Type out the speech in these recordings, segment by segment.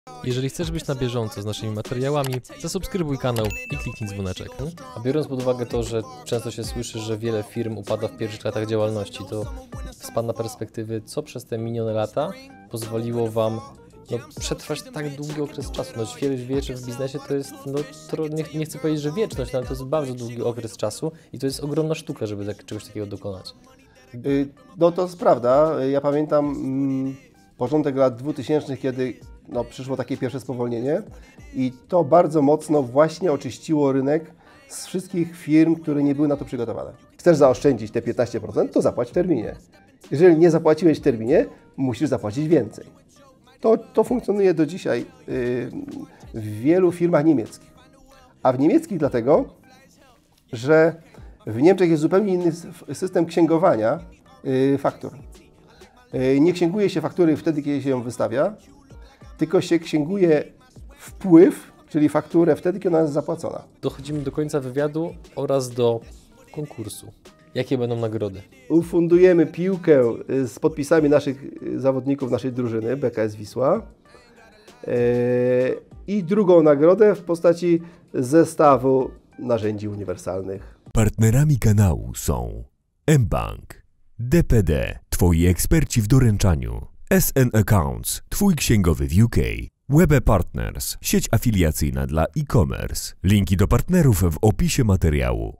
Jeżeli chcesz być na bieżąco z naszymi materiałami, zasubskrybuj kanał i kliknij dzwoneczek. A biorąc pod uwagę to, że często się słyszy, że wiele firm upada w pierwszych latach działalności, to z Pana perspektywy, co przez te minione lata pozwoliło Wam przetrwać tak długi okres czasu? No, ćwierć wieczy w biznesie to jest, nie chcę powiedzieć, że wieczność, ale to jest bardzo długi okres czasu i to jest ogromna sztuka, żeby czegoś takiego dokonać. No to jest prawda. Ja pamiętam początek lat 2000, kiedy przyszło takie pierwsze spowolnienie i to bardzo mocno właśnie oczyściło rynek z wszystkich firm, które nie były na to przygotowane. Chcesz zaoszczędzić te 15%, to zapłać w terminie. Jeżeli nie zapłaciłeś w terminie, musisz zapłacić więcej. To funkcjonuje do dzisiaj w wielu firmach niemieckich. A w niemieckich dlatego, że w Niemczech jest zupełnie inny system księgowania faktur. Nie księguje się faktury wtedy, kiedy się ją wystawia, tylko się księguje wpływ, czyli fakturę wtedy, kiedy ona jest zapłacona. Dochodzimy do końca wywiadu oraz do konkursu. Jakie będą nagrody? Ufundujemy piłkę z podpisami naszych zawodników naszej drużyny, BKS Wisła. I drugą nagrodę w postaci zestawu narzędzi uniwersalnych. Partnerami kanału są mBank, DPD, Twoi eksperci w doręczaniu, SN Accounts, Twój księgowy w UK, Web Partners, sieć afiliacyjna dla e-commerce. Linki do partnerów w opisie materiału.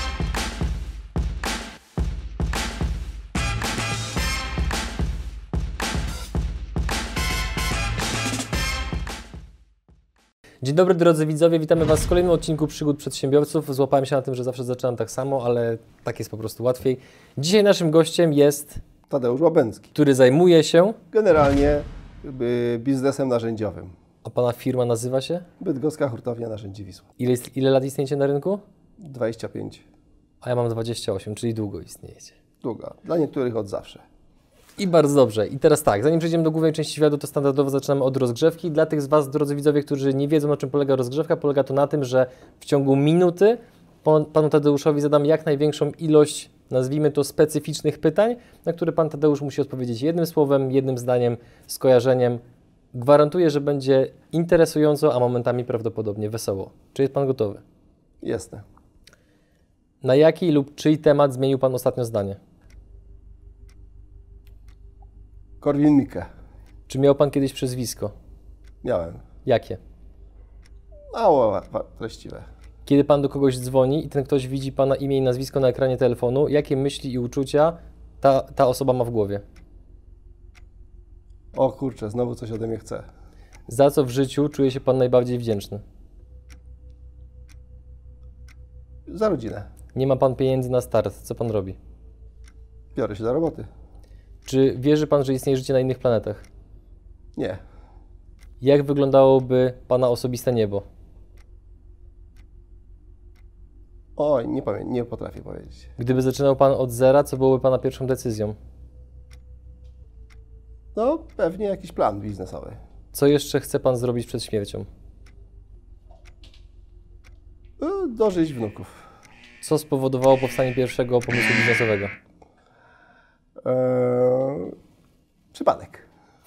Dzień dobry drodzy widzowie, witamy Was w kolejnym odcinku Przygód Przedsiębiorców. Złapałem się na tym, że zawsze zaczynam tak samo, ale tak jest po prostu łatwiej. Dzisiaj naszym gościem jest Tadeusz Łabęcki, który zajmuje się generalnie biznesem narzędziowym. A Pana firma nazywa się? Bydgoska Hurtownia Narzędzi Wisła. Ile lat istniejecie na rynku? 25. A ja mam 28, czyli długo istniejecie. Długa. Dla niektórych od zawsze. I bardzo dobrze. I teraz tak, zanim przejdziemy do głównej części wywiadu, to standardowo zaczynamy od rozgrzewki. Dla tych z Was, drodzy widzowie, którzy nie wiedzą, na czym polega rozgrzewka, polega to na tym, że w ciągu minuty Panu Tadeuszowi zadam jak największą ilość, nazwijmy to, specyficznych pytań, na które Pan Tadeusz musi odpowiedzieć jednym słowem, jednym zdaniem, skojarzeniem. Gwarantuję, że będzie interesująco, a momentami prawdopodobnie wesoło. Czy jest Pan gotowy? Jasne. Na jaki lub czyj temat zmienił Pan ostatnio zdanie? Korwin-Mikke. Czy miał Pan kiedyś przezwisko? Miałem. Jakie? Mało treściwe. Kiedy Pan do kogoś dzwoni i ten ktoś widzi Pana imię i nazwisko na ekranie telefonu, jakie myśli i uczucia ta osoba ma w głowie? O kurczę, znowu coś ode mnie chce. Za co w życiu czuje się Pan najbardziej wdzięczny? Za rodzinę. Nie ma Pan pieniędzy na start. Co Pan robi? Biorę się do roboty. Czy wierzy Pan, że istnieje życie na innych planetach? Nie. Jak wyglądałoby Pana osobiste niebo? Oj, nie potrafię powiedzieć. Gdyby zaczynał Pan od zera, co byłoby Pana pierwszą decyzją? No, pewnie jakiś plan biznesowy. Co jeszcze chce Pan zrobić przed śmiercią? Dożyć wnuków. Co spowodowało powstanie pierwszego pomysłu biznesowego? Przypadek.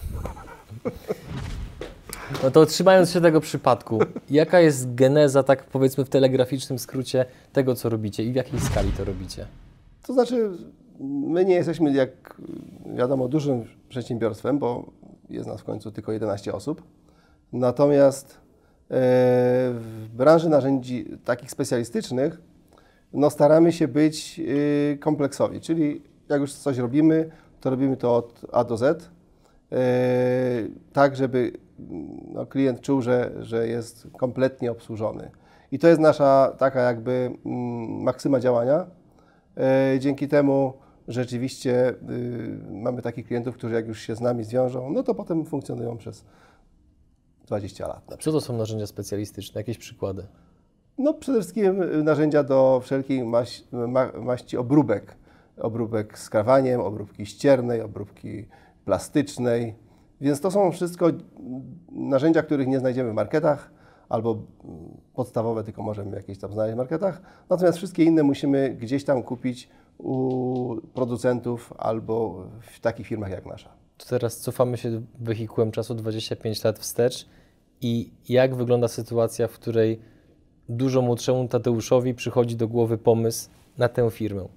No to trzymając się tego przypadku, jaka jest geneza, tak powiedzmy w telegraficznym skrócie, tego co robicie i w jakiej skali to robicie? To znaczy, my nie jesteśmy, jak wiadomo, dużym przedsiębiorstwem, bo jest nas w końcu tylko 11 osób. Natomiast w branży narzędzi takich specjalistycznych staramy się być kompleksowi, czyli jak już coś robimy, to robimy to od A do Z, tak żeby klient czuł, że jest kompletnie obsłużony. I to jest nasza taka jakby maksyma działania. Dzięki temu rzeczywiście mamy takich klientów, którzy jak już się z nami zwiążą, no to potem funkcjonują przez 20 lat. Co to są narzędzia specjalistyczne? Jakieś przykłady? No przede wszystkim narzędzia do wszelkiej maści obróbek. Obróbek z krawaniem, obróbki ściernej, obróbki plastycznej. Więc to są wszystko narzędzia, których nie znajdziemy w marketach, albo podstawowe tylko możemy jakieś tam znaleźć w marketach. Natomiast wszystkie inne musimy gdzieś tam kupić u producentów albo w takich firmach jak nasza. To teraz cofamy się wehikułem czasu 25 lat wstecz. I jak wygląda sytuacja, w której dużo młodszemu Tadeuszowi przychodzi do głowy pomysł na tę firmę?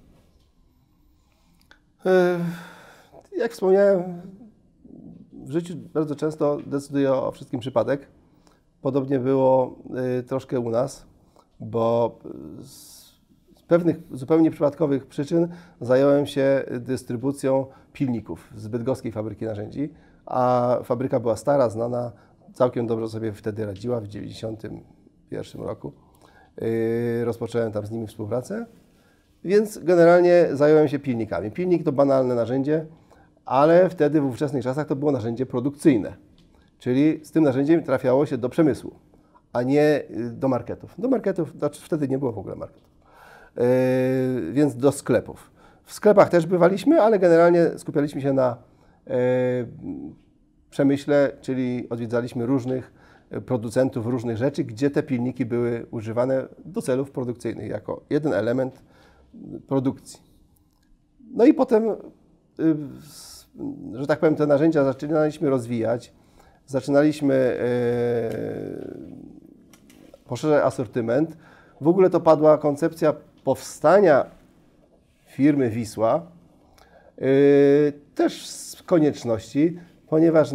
Jak wspomniałem, w życiu bardzo często decyduje o wszystkim przypadek. Podobnie było troszkę u nas, bo z pewnych zupełnie przypadkowych przyczyn zająłem się dystrybucją pilników z bydgoskiej fabryki narzędzi, a fabryka była stara, znana, całkiem dobrze sobie wtedy radziła w 1991 roku. Rozpocząłem tam z nimi współpracę, więc generalnie zająłem się pilnikami. Pilnik to banalne narzędzie, ale wtedy w ówczesnych czasach to było narzędzie produkcyjne, czyli z tym narzędziem trafiało się do przemysłu, a nie do marketów. Do marketów, znaczy wtedy nie było w ogóle marketów, więc do sklepów. W sklepach też bywaliśmy, ale generalnie skupialiśmy się na przemyśle, czyli odwiedzaliśmy różnych producentów różnych rzeczy, gdzie te pilniki były używane do celów produkcyjnych, jako jeden element produkcji. No i potem, że tak powiem, te narzędzia zaczynaliśmy rozwijać, zaczynaliśmy poszerzać asortyment. W ogóle to padła koncepcja powstania firmy Wisła, też z konieczności, ponieważ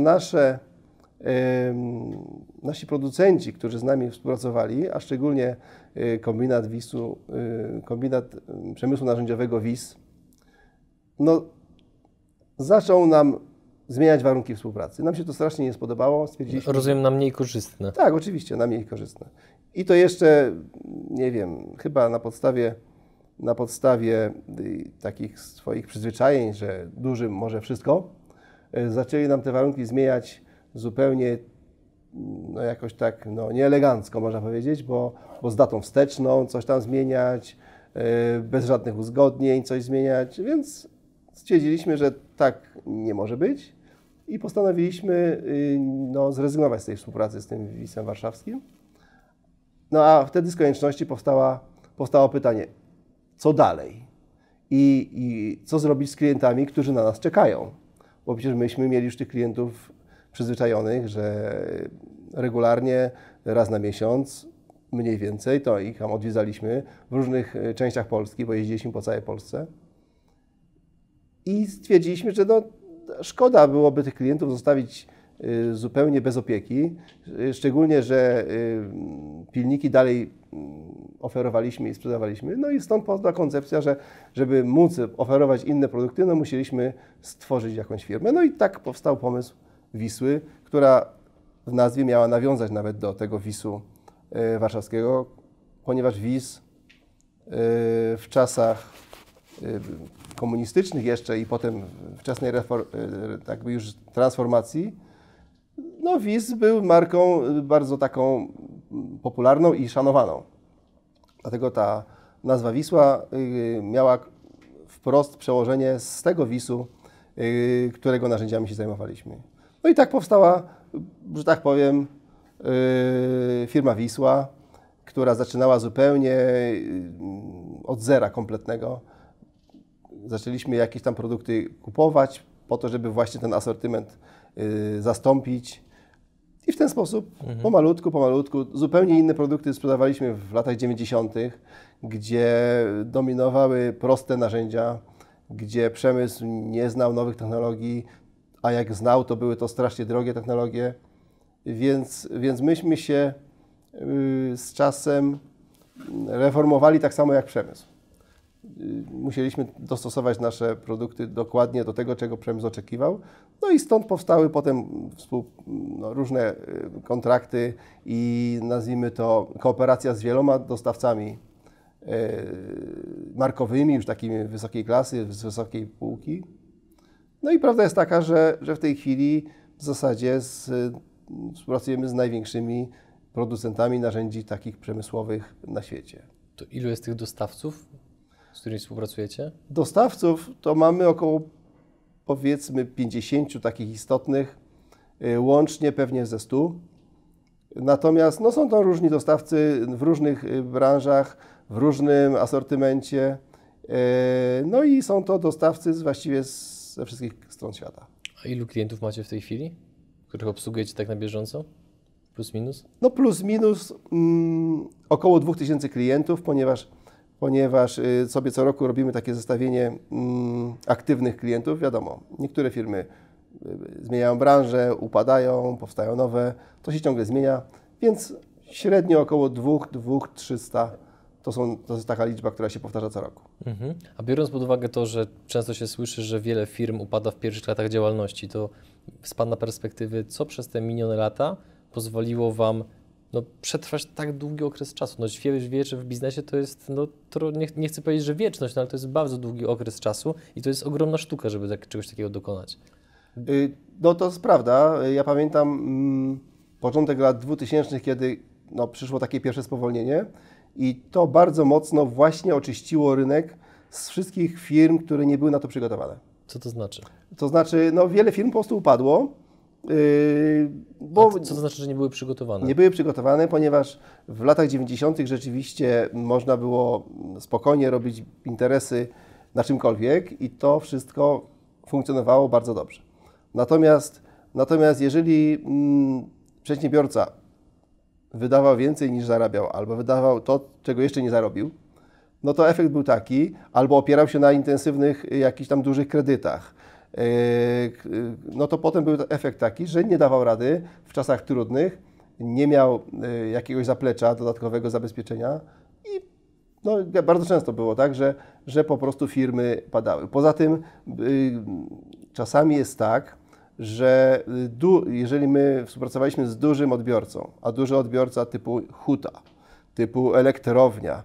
nasi producenci, którzy z nami współpracowali, a szczególnie kombinat WIS-u, kombinat przemysłu narzędziowego WIS, no, zaczął nam zmieniać warunki współpracy. Nam się to strasznie nie spodobało. Stwierdziliśmy, rozumiem, na mniej korzystne. Tak, oczywiście, na mniej korzystne. I to jeszcze, nie wiem, chyba na podstawie takich swoich przyzwyczajeń, że duży może wszystko, zaczęli nam te warunki zmieniać zupełnie, no jakoś tak, no nieelegancko można powiedzieć, bo z datą wsteczną coś tam zmieniać, bez żadnych uzgodnień coś zmieniać, więc stwierdziliśmy, że tak nie może być i postanowiliśmy no, zrezygnować z tej współpracy z tym WIS-em warszawskim. No a wtedy z konieczności powstało pytanie, co dalej i co zrobić z klientami, którzy na nas czekają, bo przecież myśmy mieli już tych klientów przyzwyczajonych, że regularnie, raz na miesiąc, mniej więcej, to ich tam odwiedzaliśmy w różnych częściach Polski, bo jeździliśmy po całej Polsce. I stwierdziliśmy, że no, szkoda byłoby tych klientów zostawić zupełnie bez opieki, szczególnie, że pilniki dalej oferowaliśmy i sprzedawaliśmy. No i stąd powstała koncepcja, że żeby móc oferować inne produkty, no musieliśmy stworzyć jakąś firmę. No i tak powstał pomysł Wisły, która w nazwie miała nawiązać nawet do tego WIS-u warszawskiego, ponieważ WIS w czasach komunistycznych jeszcze i potem wczesnej jakby już transformacji, no WIS był marką bardzo taką popularną i szanowaną. Dlatego ta nazwa Wisła miała wprost przełożenie z tego WIS-u, którego narzędziami się zajmowaliśmy. No i tak powstała, że tak powiem, firma Wisła, która zaczynała zupełnie od zera kompletnego. Zaczęliśmy jakieś tam produkty kupować po to, żeby właśnie ten asortyment zastąpić. I w ten sposób pomalutku, zupełnie inne produkty sprzedawaliśmy w latach 90., gdzie dominowały proste narzędzia, gdzie przemysł nie znał nowych technologii, a jak znał, to były to strasznie drogie technologie. Więc myśmy się z czasem reformowali tak samo jak przemysł. Musieliśmy dostosować nasze produkty dokładnie do tego, czego przemysł oczekiwał. No i stąd powstały potem różne kontrakty i nazwijmy to kooperacja z wieloma dostawcami markowymi, już takimi wysokiej klasy, z wysokiej półki. No i prawda jest taka, że w tej chwili w zasadzie współpracujemy z największymi producentami narzędzi takich przemysłowych na świecie. To ilu jest tych dostawców, z którymi współpracujecie? Dostawców to mamy około, powiedzmy, 50 takich istotnych, łącznie pewnie ze 100. Natomiast no, są to różni dostawcy w różnych branżach, w różnym asortymencie. No i są to dostawcy właściwie ze wszystkich stron świata. A ilu klientów macie w tej chwili, których obsługujecie tak na bieżąco? Plus minus? No plus minus około 2000 klientów, ponieważ sobie co roku robimy takie zestawienie aktywnych klientów. Wiadomo, niektóre firmy zmieniają branżę, upadają, powstają nowe, to się ciągle zmienia, więc średnio około 2-300 to jest taka liczba, która się powtarza co roku. A biorąc pod uwagę to, że często się słyszy, że wiele firm upada w pierwszych latach działalności, to z Pana perspektywy, co przez te minione lata pozwoliło Wam przetrwać tak długi okres czasu? No wie, że w biznesie to jest, nie chcę powiedzieć, że wieczność, ale to jest bardzo długi okres czasu i to jest ogromna sztuka, żeby czegoś takiego dokonać. No to jest prawda. Ja pamiętam początek lat 2000, kiedy przyszło takie pierwsze spowolnienie i to bardzo mocno właśnie oczyściło rynek z wszystkich firm, które nie były na to przygotowane. Co to znaczy? To znaczy, wiele firm po prostu upadło. Co to znaczy, że nie były przygotowane? Nie były przygotowane, ponieważ w latach 90. rzeczywiście można było spokojnie robić interesy na czymkolwiek i to wszystko funkcjonowało bardzo dobrze. Natomiast jeżeli przedsiębiorca wydawał więcej niż zarabiał, albo wydawał to, czego jeszcze nie zarobił, no to efekt był taki, albo opierał się na intensywnych, jakichś tam dużych kredytach, no to potem był efekt taki, że nie dawał rady w czasach trudnych, nie miał jakiegoś zaplecza, dodatkowego zabezpieczenia i bardzo często było tak, że po prostu firmy padały. Poza tym czasami jest tak, że jeżeli my współpracowaliśmy z dużym odbiorcą, a duży odbiorca typu huta, typu elektrownia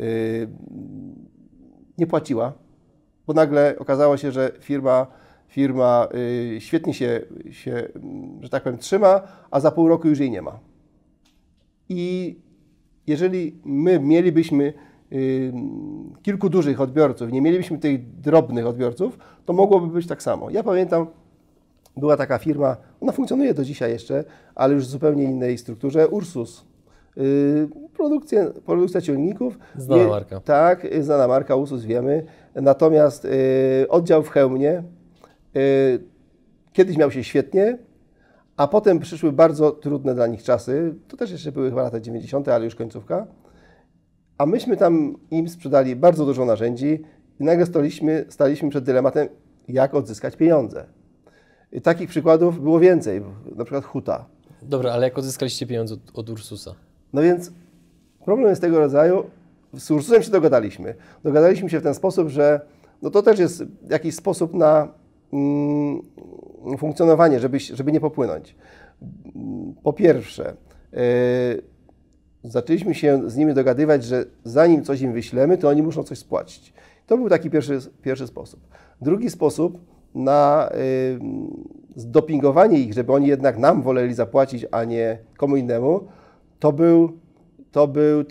nie płaciła, bo nagle okazało się, że firma świetnie się, że tak powiem, trzyma, a za pół roku już jej nie ma. I jeżeli my mielibyśmy kilku dużych odbiorców, nie mielibyśmy tych drobnych odbiorców, to mogłoby być tak samo. Ja pamiętam, była taka firma, ona funkcjonuje do dzisiaj jeszcze, ale już w zupełnie innej strukturze, Ursus. Produkcja ciągników. Znana marka. Tak, znana marka, Ursus wiemy. Natomiast oddział w Chełmie kiedyś miał się świetnie, a potem przyszły bardzo trudne dla nich czasy. To też jeszcze były chyba lata 90., ale już końcówka. A myśmy tam im sprzedali bardzo dużo narzędzi i nagle staliśmy przed dylematem, jak odzyskać pieniądze. I takich przykładów było więcej, na przykład huta. Dobra, ale jak odzyskaliście pieniądze od Ursusa? No więc problem jest tego rodzaju, z Ursusem się dogadaliśmy. Dogadaliśmy się w ten sposób, że to też jest jakiś sposób na funkcjonowanie, żeby nie popłynąć. Po pierwsze, zaczęliśmy się z nimi dogadywać, że zanim coś im wyślemy, to oni muszą coś spłacić. To był taki pierwszy sposób. Drugi sposób na zdopingowanie ich, żeby oni jednak nam woleli zapłacić, a nie komu innemu, to był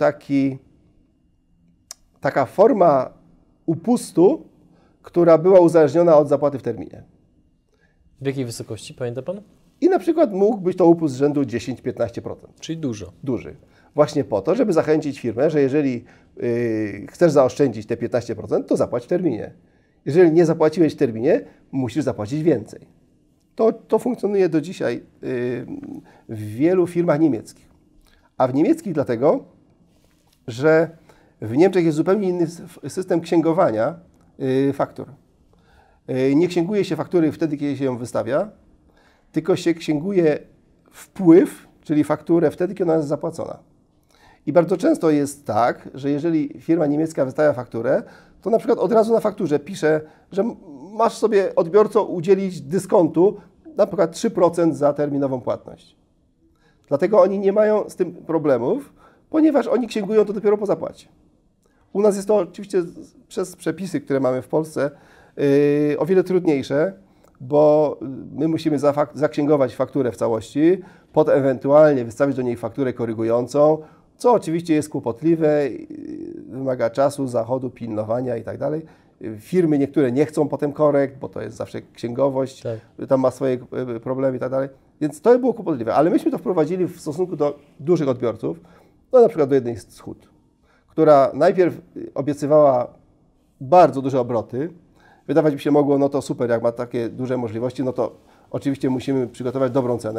taka forma upustu, która była uzależniona od zapłaty w terminie. W jakiej wysokości, pamięta Pan? I na przykład mógł być to upust z rzędu 10-15%. Czyli dużo. Duży. Właśnie po to, żeby zachęcić firmę, że jeżeli chcesz zaoszczędzić te 15%, to zapłać w terminie. Jeżeli nie zapłaciłeś w terminie, musisz zapłacić więcej. To funkcjonuje do dzisiaj w wielu firmach niemieckich. A w niemieckich dlatego, że w Niemczech jest zupełnie inny system księgowania faktur. Nie księguje się faktury wtedy, kiedy się ją wystawia, tylko się księguje wpływ, czyli fakturę wtedy, kiedy ona jest zapłacona. I bardzo często jest tak, że jeżeli firma niemiecka wystawia fakturę, to na przykład od razu na fakturze pisze, że masz sobie odbiorco udzielić dyskontu, na przykład 3% za terminową płatność. Dlatego oni nie mają z tym problemów, ponieważ oni księgują to dopiero po zapłacie. U nas jest to oczywiście przez przepisy, które mamy w Polsce, o wiele trudniejsze, bo my musimy zaksięgować fakturę w całości, potem ewentualnie wystawić do niej fakturę korygującą, co oczywiście jest kłopotliwe, wymaga czasu, zachodu, pilnowania i tak dalej. Firmy niektóre nie chcą potem korekt, bo to jest zawsze księgowość, tak. Tam ma swoje problemy i tak dalej. Więc to było kłopotliwe, ale myśmy to wprowadzili w stosunku do dużych odbiorców, na przykład do jednej z hut, która najpierw obiecywała bardzo duże obroty. Wydawać mi się mogło, to super, jak ma takie duże możliwości, to oczywiście musimy przygotować dobrą cenę.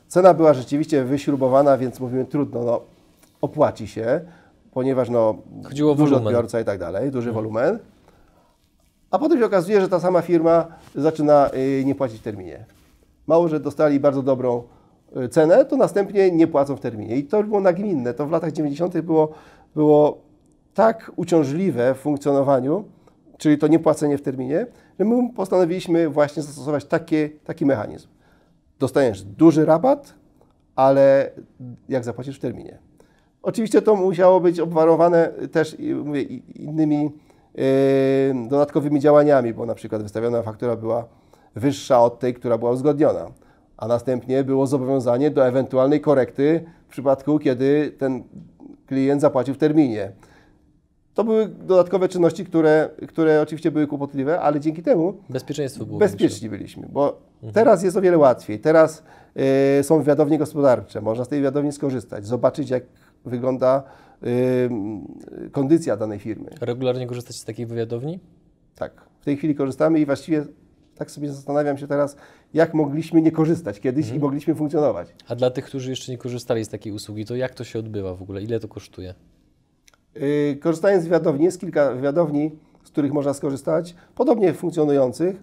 Cena była rzeczywiście wyśrubowana, więc mówimy trudno, no opłaci się, ponieważ no, Chodziło o duży wolumen. odbiorca i tak dalej, duży wolumen. A potem się okazuje, że ta sama firma zaczyna nie płacić w terminie. Mało, że dostali bardzo dobrą cenę, to następnie nie płacą w terminie. I to było nagminne. To w latach 90. było tak uciążliwe w funkcjonowaniu, czyli to niepłacenie w terminie, że my postanowiliśmy właśnie zastosować taki mechanizm. Dostajesz duży rabat, ale jak zapłacisz w terminie. Oczywiście to musiało być obwarowane też mówię, innymi dodatkowymi działaniami, bo na przykład wystawiona faktura była wyższa od tej, która była uzgodniona, a następnie było zobowiązanie do ewentualnej korekty w przypadku, kiedy ten klient zapłacił w terminie. To były dodatkowe czynności, które oczywiście były kłopotliwe, ale dzięki temu Bezpieczeństwo było bezpieczni byliśmy, bo teraz jest o wiele łatwiej. Teraz są wywiadownie gospodarcze, można z tej wywiadowni skorzystać, zobaczyć jak wygląda kondycja danej firmy. większe. Regularnie korzystacie z takiej wywiadowni? Tak, w tej chwili korzystamy i właściwie tak sobie zastanawiam się teraz, jak mogliśmy nie korzystać kiedyś i mogliśmy funkcjonować. A dla tych, którzy jeszcze nie korzystali z takiej usługi, to jak to się odbywa w ogóle? Ile to kosztuje? Korzystając z wywiadowni, jest kilka wywiadowni, z których można skorzystać, podobnie funkcjonujących.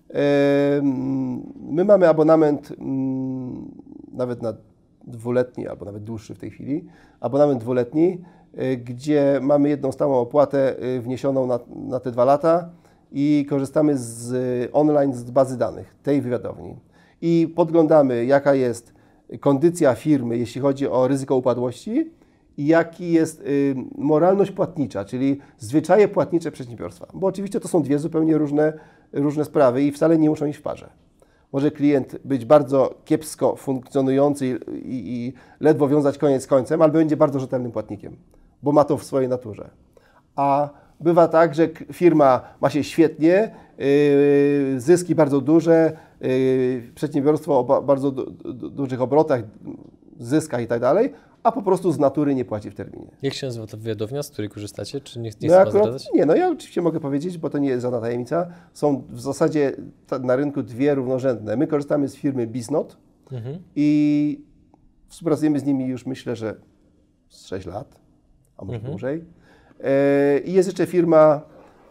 My mamy abonament nawet na dwuletni, albo nawet dłuższy w tej chwili, abonament dwuletni, gdzie mamy jedną stałą opłatę wniesioną na te 2 lata i korzystamy online z bazy danych tej wywiadowni. I podglądamy, jaka jest kondycja firmy, jeśli chodzi o ryzyko upadłości i jaki jest moralność płatnicza, czyli zwyczaje płatnicze przedsiębiorstwa. Bo oczywiście to są dwie zupełnie różne sprawy i wcale nie muszą iść w parze. Może klient być bardzo kiepsko funkcjonujący i ledwo wiązać koniec z końcem, ale będzie bardzo rzetelnym płatnikiem, bo ma to w swojej naturze. A bywa tak, że firma ma się świetnie, zyski bardzo duże, przedsiębiorstwo o bardzo dużych obrotach, zyskach i tak dalej, a po prostu z natury nie płaci w terminie. Jak się nazywa ta wywiadownia, z której korzystacie? Czy nie No chcesz pan akurat, zdradzać? nie, no ja oczywiście mogę powiedzieć, bo to nie jest żadna tajemnica. Są w zasadzie na rynku dwie równorzędne. My korzystamy z firmy Biznot i współpracujemy z nimi już myślę, że z 6 lat, a może dłużej. I jest jeszcze firma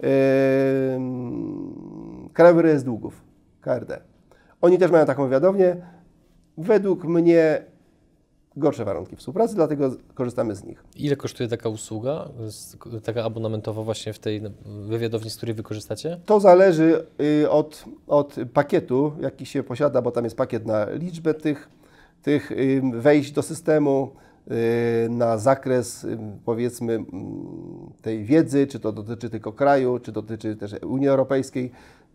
Krajowy Rejestr Długów, KRD. Oni też mają taką wywiadownię. Według mnie gorsze warunki współpracy, dlatego korzystamy z nich. Ile kosztuje taka usługa, taka abonamentowa właśnie w tej wywiadowni, z której wy korzystacie? To zależy od pakietu, jaki się posiada, bo tam jest pakiet na liczbę tych wejść do systemu, na zakres powiedzmy tej wiedzy, czy to dotyczy tylko kraju, czy dotyczy też Unii Europejskiej.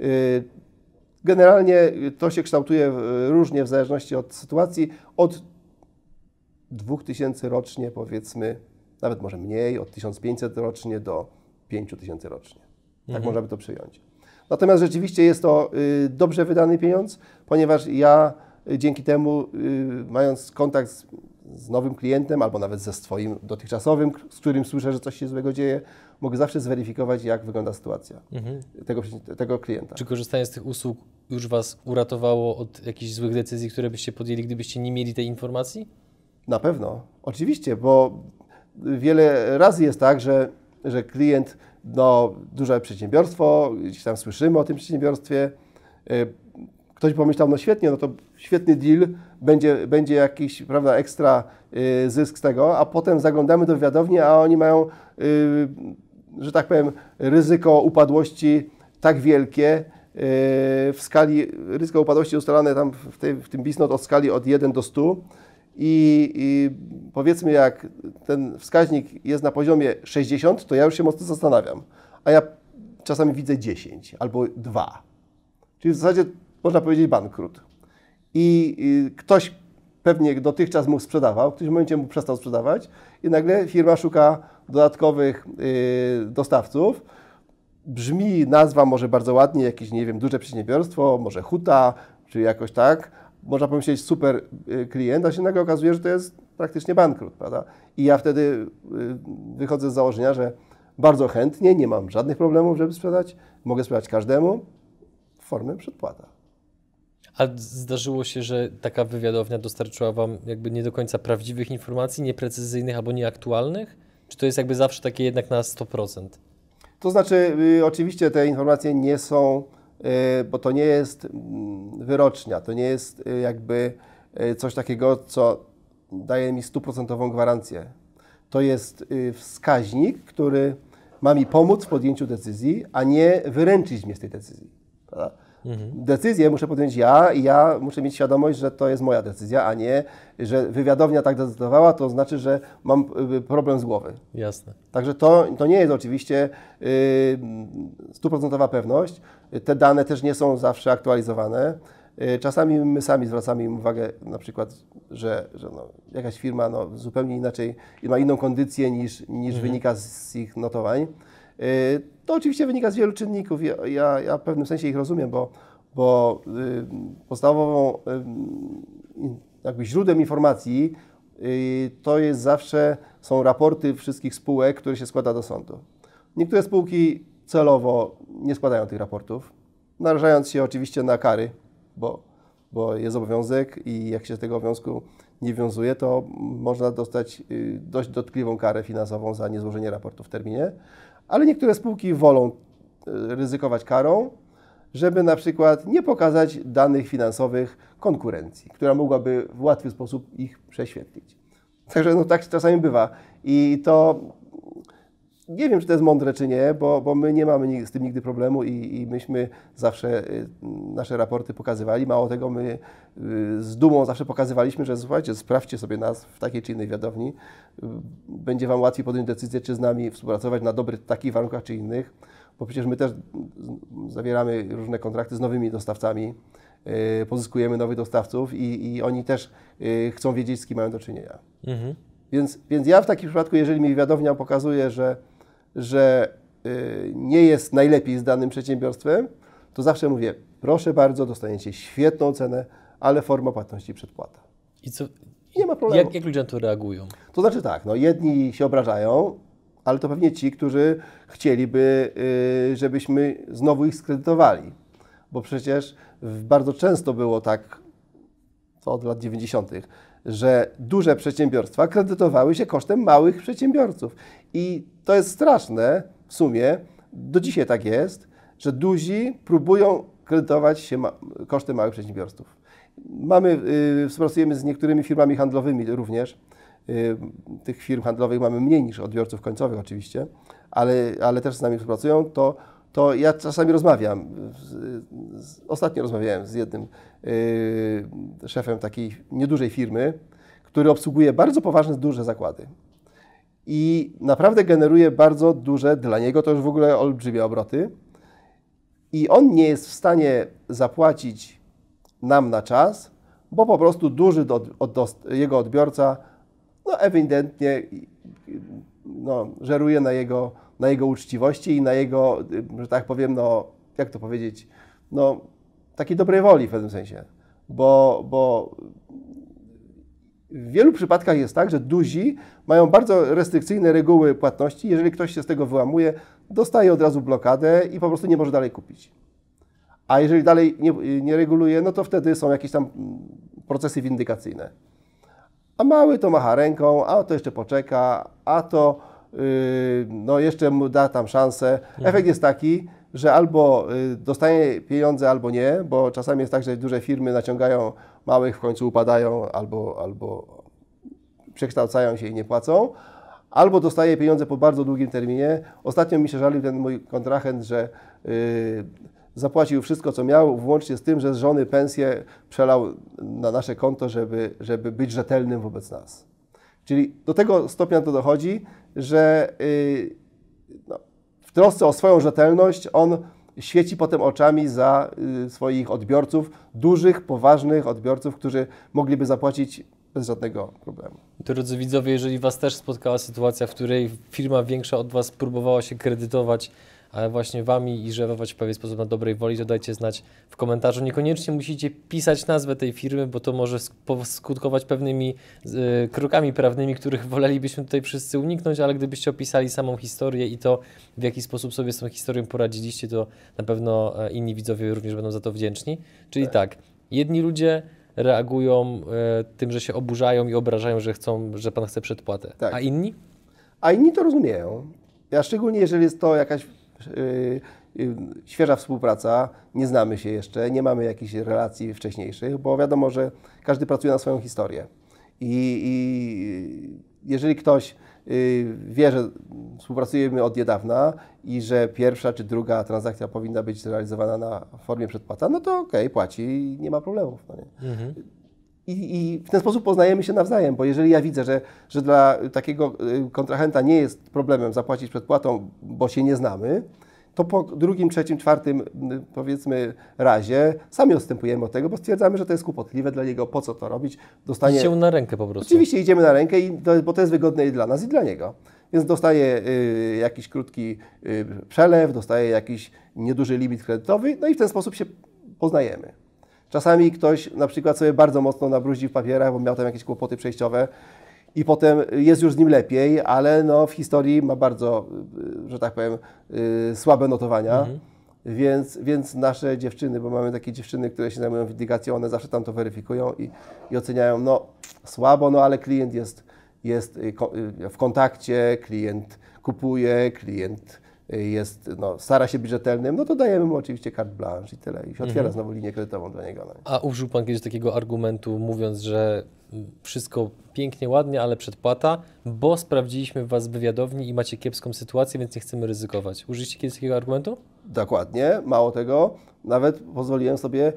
Generalnie to się kształtuje różnie w zależności od sytuacji, od 2000 rocznie powiedzmy, nawet może mniej, od 1500 rocznie do 5000 rocznie. Tak można by to przyjąć. Natomiast rzeczywiście jest to dobrze wydany pieniądz, ponieważ ja dzięki temu, mając kontakt z nowym klientem, albo nawet ze swoim dotychczasowym, z którym słyszę, że coś się złego dzieje, mogę zawsze zweryfikować, jak wygląda sytuacja tego klienta. Czy korzystanie z tych usług już was uratowało od jakichś złych decyzji, które byście podjęli, gdybyście nie mieli tej informacji? Na pewno, oczywiście, bo wiele razy jest tak, że klient, no duże przedsiębiorstwo, gdzieś tam słyszymy o tym przedsiębiorstwie, ktoś pomyślał, no świetnie, no to świetny deal, będzie jakiś, prawda, ekstra zysk z tego, a potem zaglądamy do wywiadowni, a oni mają, że tak powiem, ryzyko upadłości tak wielkie, w skali ryzyko upadłości ustalane tam w tym Biznot o skali od 1 do 100 i powiedzmy jak ten wskaźnik jest na poziomie 60, to ja już się mocno zastanawiam, a ja czasami widzę 10 albo 2. Czyli w zasadzie można powiedzieć bankrut. I ktoś pewnie dotychczas mu sprzedawał, w którymś momencie mu przestał sprzedawać i nagle firma szuka dodatkowych dostawców. Brzmi nazwa może bardzo ładnie, jakieś, nie wiem, duże przedsiębiorstwo, może huta, czy jakoś tak. Można pomyśleć super klient, a się nagle okazuje, że to jest praktycznie bankrut, prawda? I ja wtedy wychodzę z założenia, że bardzo chętnie, nie mam żadnych problemów, żeby sprzedać, mogę sprzedać każdemu, formę przedpłata. A zdarzyło się, że taka wywiadownia dostarczyła Wam jakby nie do końca prawdziwych informacji, nieprecyzyjnych albo nieaktualnych? Czy to jest jakby zawsze takie jednak na 100%? To znaczy, oczywiście te informacje nie są, bo to nie jest wyrocznia, to nie jest jakby coś takiego, co daje mi 100% gwarancję. To jest wskaźnik, który ma mi pomóc w podjęciu decyzji, a nie wyręczyć mnie z tej decyzji. Prawda? Decyzję muszę podjąć ja i ja muszę mieć świadomość, że to jest moja decyzja, a nie, że wywiadownia tak zdecydowała, to znaczy, że mam problem z głowy. Jasne. Także to nie jest oczywiście 100% pewność. Te dane też nie są zawsze aktualizowane. Czasami my sami zwracamy im uwagę na przykład, że jakaś firma zupełnie inaczej ma inną kondycję niż wynika z ich notowań. To oczywiście wynika z wielu czynników. Ja w pewnym sensie ich rozumiem, bo podstawową jakby źródłem informacji to jest zawsze są raporty wszystkich spółek, które się składa do sądu. Niektóre spółki celowo nie składają tych raportów, narażając się oczywiście na kary, bo jest obowiązek i jak się z tego obowiązku nie wiązuje, to można dostać dość dotkliwą karę finansową za niezłożenie raportu w terminie. Ale niektóre spółki wolą ryzykować karą, żeby na przykład nie pokazać danych finansowych konkurencji, która mogłaby w łatwy sposób ich prześwietlić. Także tak czasami bywa. I to nie wiem, czy to jest mądre, czy nie, bo my nie mamy z tym nigdy problemu i myśmy zawsze nasze raporty pokazywali. Mało tego, my z dumą zawsze pokazywaliśmy, że słuchajcie, sprawdźcie sobie nas w takiej czy innej wywiadowni. Będzie Wam łatwiej podjąć decyzję, czy z nami współpracować na dobrych takich warunkach, czy innych, bo przecież my też zawieramy różne kontrakty z nowymi dostawcami, pozyskujemy nowych dostawców i oni też chcą wiedzieć, z kim mają do czynienia. Mhm. Więc ja w takim przypadku, jeżeli mi wywiadownia pokazuje, że nie jest najlepiej z danym przedsiębiorstwem, to zawsze mówię, proszę bardzo, dostaniecie świetną cenę, ale forma płatności przedpłata. I co? Nie ma problemu. Jak ludzie na to reagują? To znaczy tak, jedni się obrażają, ale to pewnie ci, którzy chcieliby, żebyśmy znowu ich skredytowali. Bo przecież bardzo często było tak, to od lat 90., że duże przedsiębiorstwa kredytowały się kosztem małych przedsiębiorców. I to jest straszne w sumie, do dzisiaj tak jest, że duzi próbują kredytować się kosztem małych przedsiębiorców. Współpracujemy z niektórymi firmami handlowymi również. Tych firm handlowych mamy mniej niż odbiorców końcowych oczywiście, ale też z nami współpracują. To ja czasami rozmawiam, ostatnio rozmawiałem z jednym szefem takiej niedużej firmy, który obsługuje bardzo poważne, duże zakłady i naprawdę generuje bardzo duże, dla niego to już w ogóle olbrzymie obroty i on nie jest w stanie zapłacić nam na czas, bo po prostu duży jego odbiorca ewidentnie żeruje na jego uczciwości i na jego, że tak powiem, jak to powiedzieć, takiej dobrej woli w pewnym sensie. Bo w wielu przypadkach jest tak, że duzi mają bardzo restrykcyjne reguły płatności. Jeżeli ktoś się z tego wyłamuje, dostaje od razu blokadę i po prostu nie może dalej kupić. A jeżeli dalej nie reguluje, to wtedy są jakieś tam procesy windykacyjne. A mały to macha ręką, a to jeszcze poczeka, a to jeszcze mu da tam szansę. Efekt jest taki, że albo dostaje pieniądze, albo nie, bo czasami jest tak, że duże firmy naciągają małych, w końcu upadają, albo przekształcają się i nie płacą, albo dostaje pieniądze po bardzo długim terminie. Ostatnio mi się żalił ten mój kontrahent, że zapłacił wszystko, co miał, włącznie z tym, że z żony pensję przelał na nasze konto, żeby być rzetelnym wobec nas. Czyli do tego stopnia to dochodzi, że w trosce o swoją rzetelność on świeci potem oczami za swoich odbiorców, dużych, poważnych odbiorców, którzy mogliby zapłacić bez żadnego problemu. Drodzy widzowie, jeżeli Was też spotkała sytuacja, w której firma większa od Was próbowała się kredytować, ale właśnie Wami i żerować w pewien sposób na dobrej woli, to dajcie znać w komentarzu. Niekoniecznie musicie pisać nazwę tej firmy, bo to może skutkować pewnymi krokami prawnymi, których wolelibyśmy tutaj wszyscy uniknąć, ale gdybyście opisali samą historię i to, w jaki sposób sobie z tą historią poradziliście, to na pewno inni widzowie również będą za to wdzięczni. Czyli tak, Jedni ludzie reagują tym, że się oburzają i obrażają, że chcą, że pan chce przedpłatę. Tak. A inni? A inni to rozumieją. Ja szczególnie, jeżeli jest to jakaś świeża współpraca, nie znamy się jeszcze, nie mamy jakichś relacji wcześniejszych, bo wiadomo, że każdy pracuje na swoją historię. I jeżeli ktoś wie, że współpracujemy od niedawna i że pierwsza czy druga transakcja powinna być realizowana na formie przedpłata, no to okej, płaci i nie ma problemów. No nie? I w ten sposób poznajemy się nawzajem, bo jeżeli ja widzę, że dla takiego kontrahenta nie jest problemem zapłacić przedpłatą, bo się nie znamy, to po drugim, trzecim, czwartym, powiedzmy, razie sami odstępujemy od tego, bo stwierdzamy, że to jest kłopotliwe dla niego, po co to robić. Idziecie mu na rękę po prostu. Oczywiście idziemy na rękę, bo to jest wygodne i dla nas, i dla niego. Więc dostaje jakiś krótki przelew, dostaje jakiś nieduży limit kredytowy, no i w ten sposób się poznajemy. Czasami ktoś na przykład sobie bardzo mocno nabruździ w papierach, bo miał tam jakieś kłopoty przejściowe i potem jest już z nim lepiej, ale no w historii ma bardzo, że tak powiem, słabe notowania. Więc nasze dziewczyny, bo mamy takie dziewczyny, które się zajmują windykacją, one zawsze tam to weryfikują i oceniają, no słabo, no ale klient jest w kontakcie, klient kupuje, klient stara się być rzetelnym, no to dajemy mu oczywiście carte blanche i tyle. I się otwiera znowu linię kredytową dla niego. No. A użył pan kiedyś takiego argumentu, mówiąc, że wszystko pięknie, ładnie, ale przedpłata, bo sprawdziliśmy was w wywiadowni i macie kiepską sytuację, więc nie chcemy ryzykować. Użyliście kiedyś takiego argumentu? Dokładnie, mało tego, nawet pozwoliłem sobie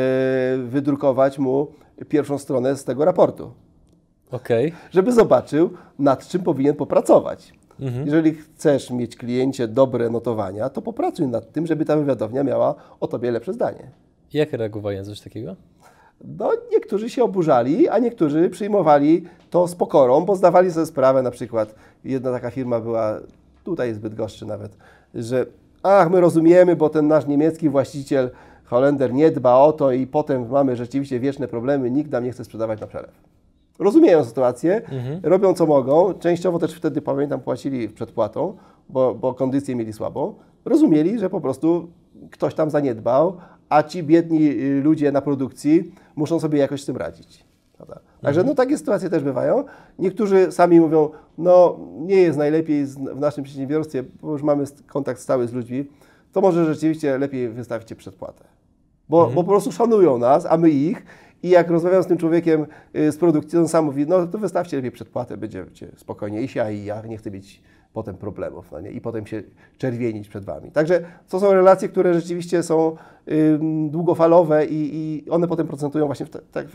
wydrukować mu pierwszą stronę z tego raportu. Okej. Żeby zobaczył, nad czym powinien popracować. Jeżeli chcesz mieć kliencie dobre notowania, to popracuj nad tym, żeby ta wywiadownia miała o tobie lepsze zdanie. Jak reagowali na coś takiego? No, niektórzy się oburzali, a niektórzy przyjmowali to z pokorą, bo zdawali sobie sprawę, na przykład jedna taka firma była, tutaj z Bydgoszczy nawet, że my rozumiemy, bo ten nasz niemiecki właściciel, Holender, nie dba o to i potem mamy rzeczywiście wieczne problemy, nikt nam nie chce sprzedawać na przelew. Rozumieją sytuację, robią co mogą, częściowo też wtedy, pamiętam, płacili przedpłatą, bo kondycję mieli słabą. Rozumieli, że po prostu ktoś tam zaniedbał, a ci biedni ludzie na produkcji muszą sobie jakoś z tym radzić. Prawda? Także no, takie sytuacje też bywają. Niektórzy sami mówią, no nie jest najlepiej w naszym przedsiębiorstwie, bo już mamy kontakt stały z ludźmi, to może rzeczywiście lepiej wystawicie przedpłatę. Bo po prostu szanują nas, a my ich. I jak rozmawiam z tym człowiekiem z produkcji, on sam mówi, no to wystawcie lepiej przedpłatę, będziecie spokojniejsi, a i ja nie chcę mieć potem problemów, no nie? I potem się czerwienić przed Wami. Także to są relacje, które rzeczywiście są długofalowe i one potem procentują właśnie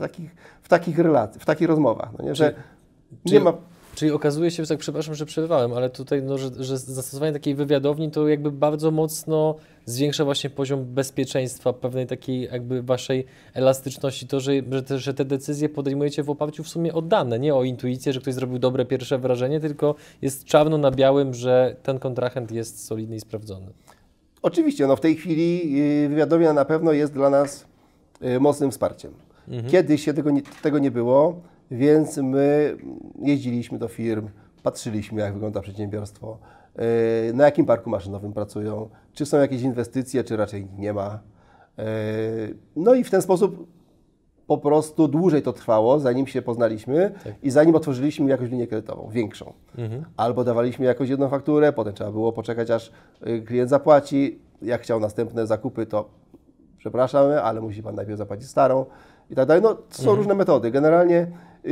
w takich relacjach, w takich rozmowach, no nie? Że nie ma... Czyli okazuje się, że tak, przepraszam, że przerwałem, ale tutaj, no, że zastosowanie takiej wywiadowni to jakby bardzo mocno zwiększa właśnie poziom bezpieczeństwa, pewnej takiej jakby waszej elastyczności, to, że te decyzje podejmujecie w oparciu w sumie o dane, nie o intuicję, że ktoś zrobił dobre pierwsze wrażenie, tylko jest czarno na białym, że ten kontrahent jest solidny i sprawdzony. Oczywiście, no w tej chwili wywiadownia na pewno jest dla nas mocnym wsparciem. Kiedyś się tego nie było, więc my jeździliśmy do firm, patrzyliśmy, jak wygląda przedsiębiorstwo, na jakim parku maszynowym pracują, czy są jakieś inwestycje, czy raczej nie ma. No i w ten sposób po prostu dłużej to trwało, zanim się poznaliśmy i zanim otworzyliśmy jakąś linię kredytową, większą. Albo dawaliśmy jakąś jedną fakturę, potem trzeba było poczekać, aż klient zapłaci. Jak chciał następne zakupy, to przepraszamy, ale musi Pan najpierw zapłacić starą i tak dalej. No, są różne metody. Generalnie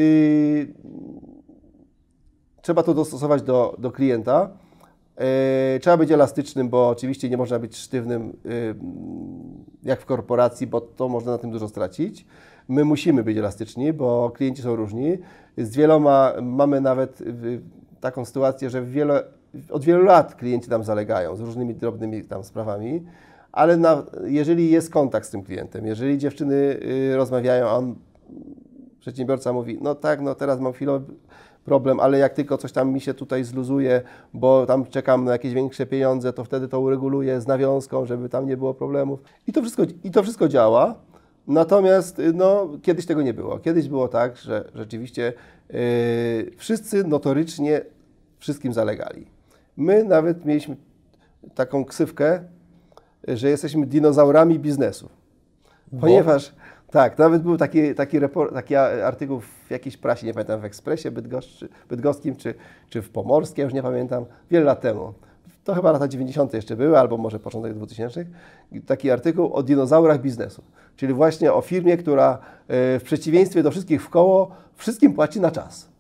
trzeba to dostosować do klienta. Trzeba być elastycznym, bo oczywiście nie można być sztywnym jak w korporacji, bo to można na tym dużo stracić. My musimy być elastyczni, bo klienci są różni. Z wieloma mamy nawet taką sytuację, że od wielu lat klienci nam zalegają z różnymi drobnymi tam sprawami, ale jeżeli jest kontakt z tym klientem, jeżeli dziewczyny rozmawiają, a przedsiębiorca mówi, no tak, no teraz mam chwilowy problem, ale jak tylko coś tam mi się tutaj zluzuje, bo tam czekam na jakieś większe pieniądze, to wtedy to ureguluję z nawiązką, żeby tam nie było problemów. I to wszystko działa. Natomiast no, kiedyś tego nie było. Kiedyś było tak, że rzeczywiście wszyscy notorycznie wszystkim zalegali. My nawet mieliśmy taką ksywkę, że jesteśmy dinozaurami biznesu. Ponieważ Tak, nawet był taki artykuł w jakiejś prasie, nie pamiętam, w Ekspresie Bydgoskim czy w Pomorskie, już nie pamiętam, wiele lat temu. To chyba lata 90. jeszcze były, albo może początek 2000. Taki artykuł o dinozaurach biznesu. Czyli właśnie o firmie, która w przeciwieństwie do wszystkich wkoło wszystkim płaci na czas.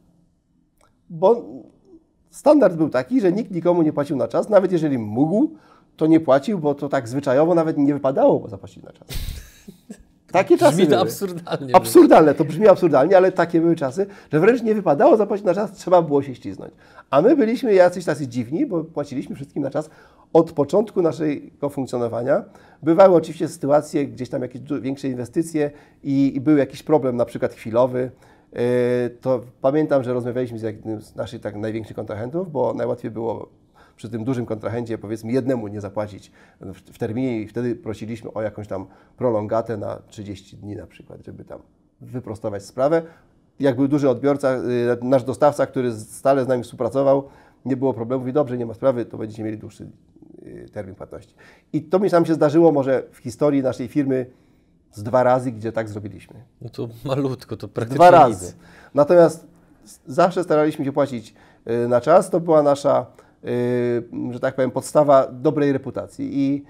Bo standard był taki, że nikt nikomu nie płacił na czas, nawet jeżeli mógł, to nie płacił, bo to tak zwyczajowo nawet nie wypadało, bo zapłacić na czas. Takie czasy Brzmi to były. absurdalnie. Absurdalne, to brzmi absurdalnie, ale takie były czasy, że wręcz nie wypadało zapłacić na czas, trzeba było się śliznąć. A my byliśmy jacyś tacy dziwni, bo płaciliśmy wszystkim na czas od początku naszego funkcjonowania. Bywały oczywiście sytuacje, gdzieś tam jakieś większe inwestycje i był jakiś problem, na przykład chwilowy. To pamiętam, że rozmawialiśmy z jednym z naszych tak największych kontrahentów, bo najłatwiej było przy tym dużym kontrahencie, powiedzmy, jednemu nie zapłacić w terminie i wtedy prosiliśmy o jakąś tam prolongatę na 30 dni na przykład, żeby tam wyprostować sprawę. Jak był duży odbiorca, nasz dostawca, który stale z nami współpracował, nie było problemu, mówi, dobrze, nie ma sprawy, to będziecie mieli dłuższy termin płatności. I to mi tam się zdarzyło może w historii naszej firmy z 2 razy, gdzie tak zrobiliśmy. No to malutko, to praktycznie 2 razy. nic. Natomiast zawsze staraliśmy się płacić na czas. To była nasza, że tak powiem, podstawa dobrej reputacji.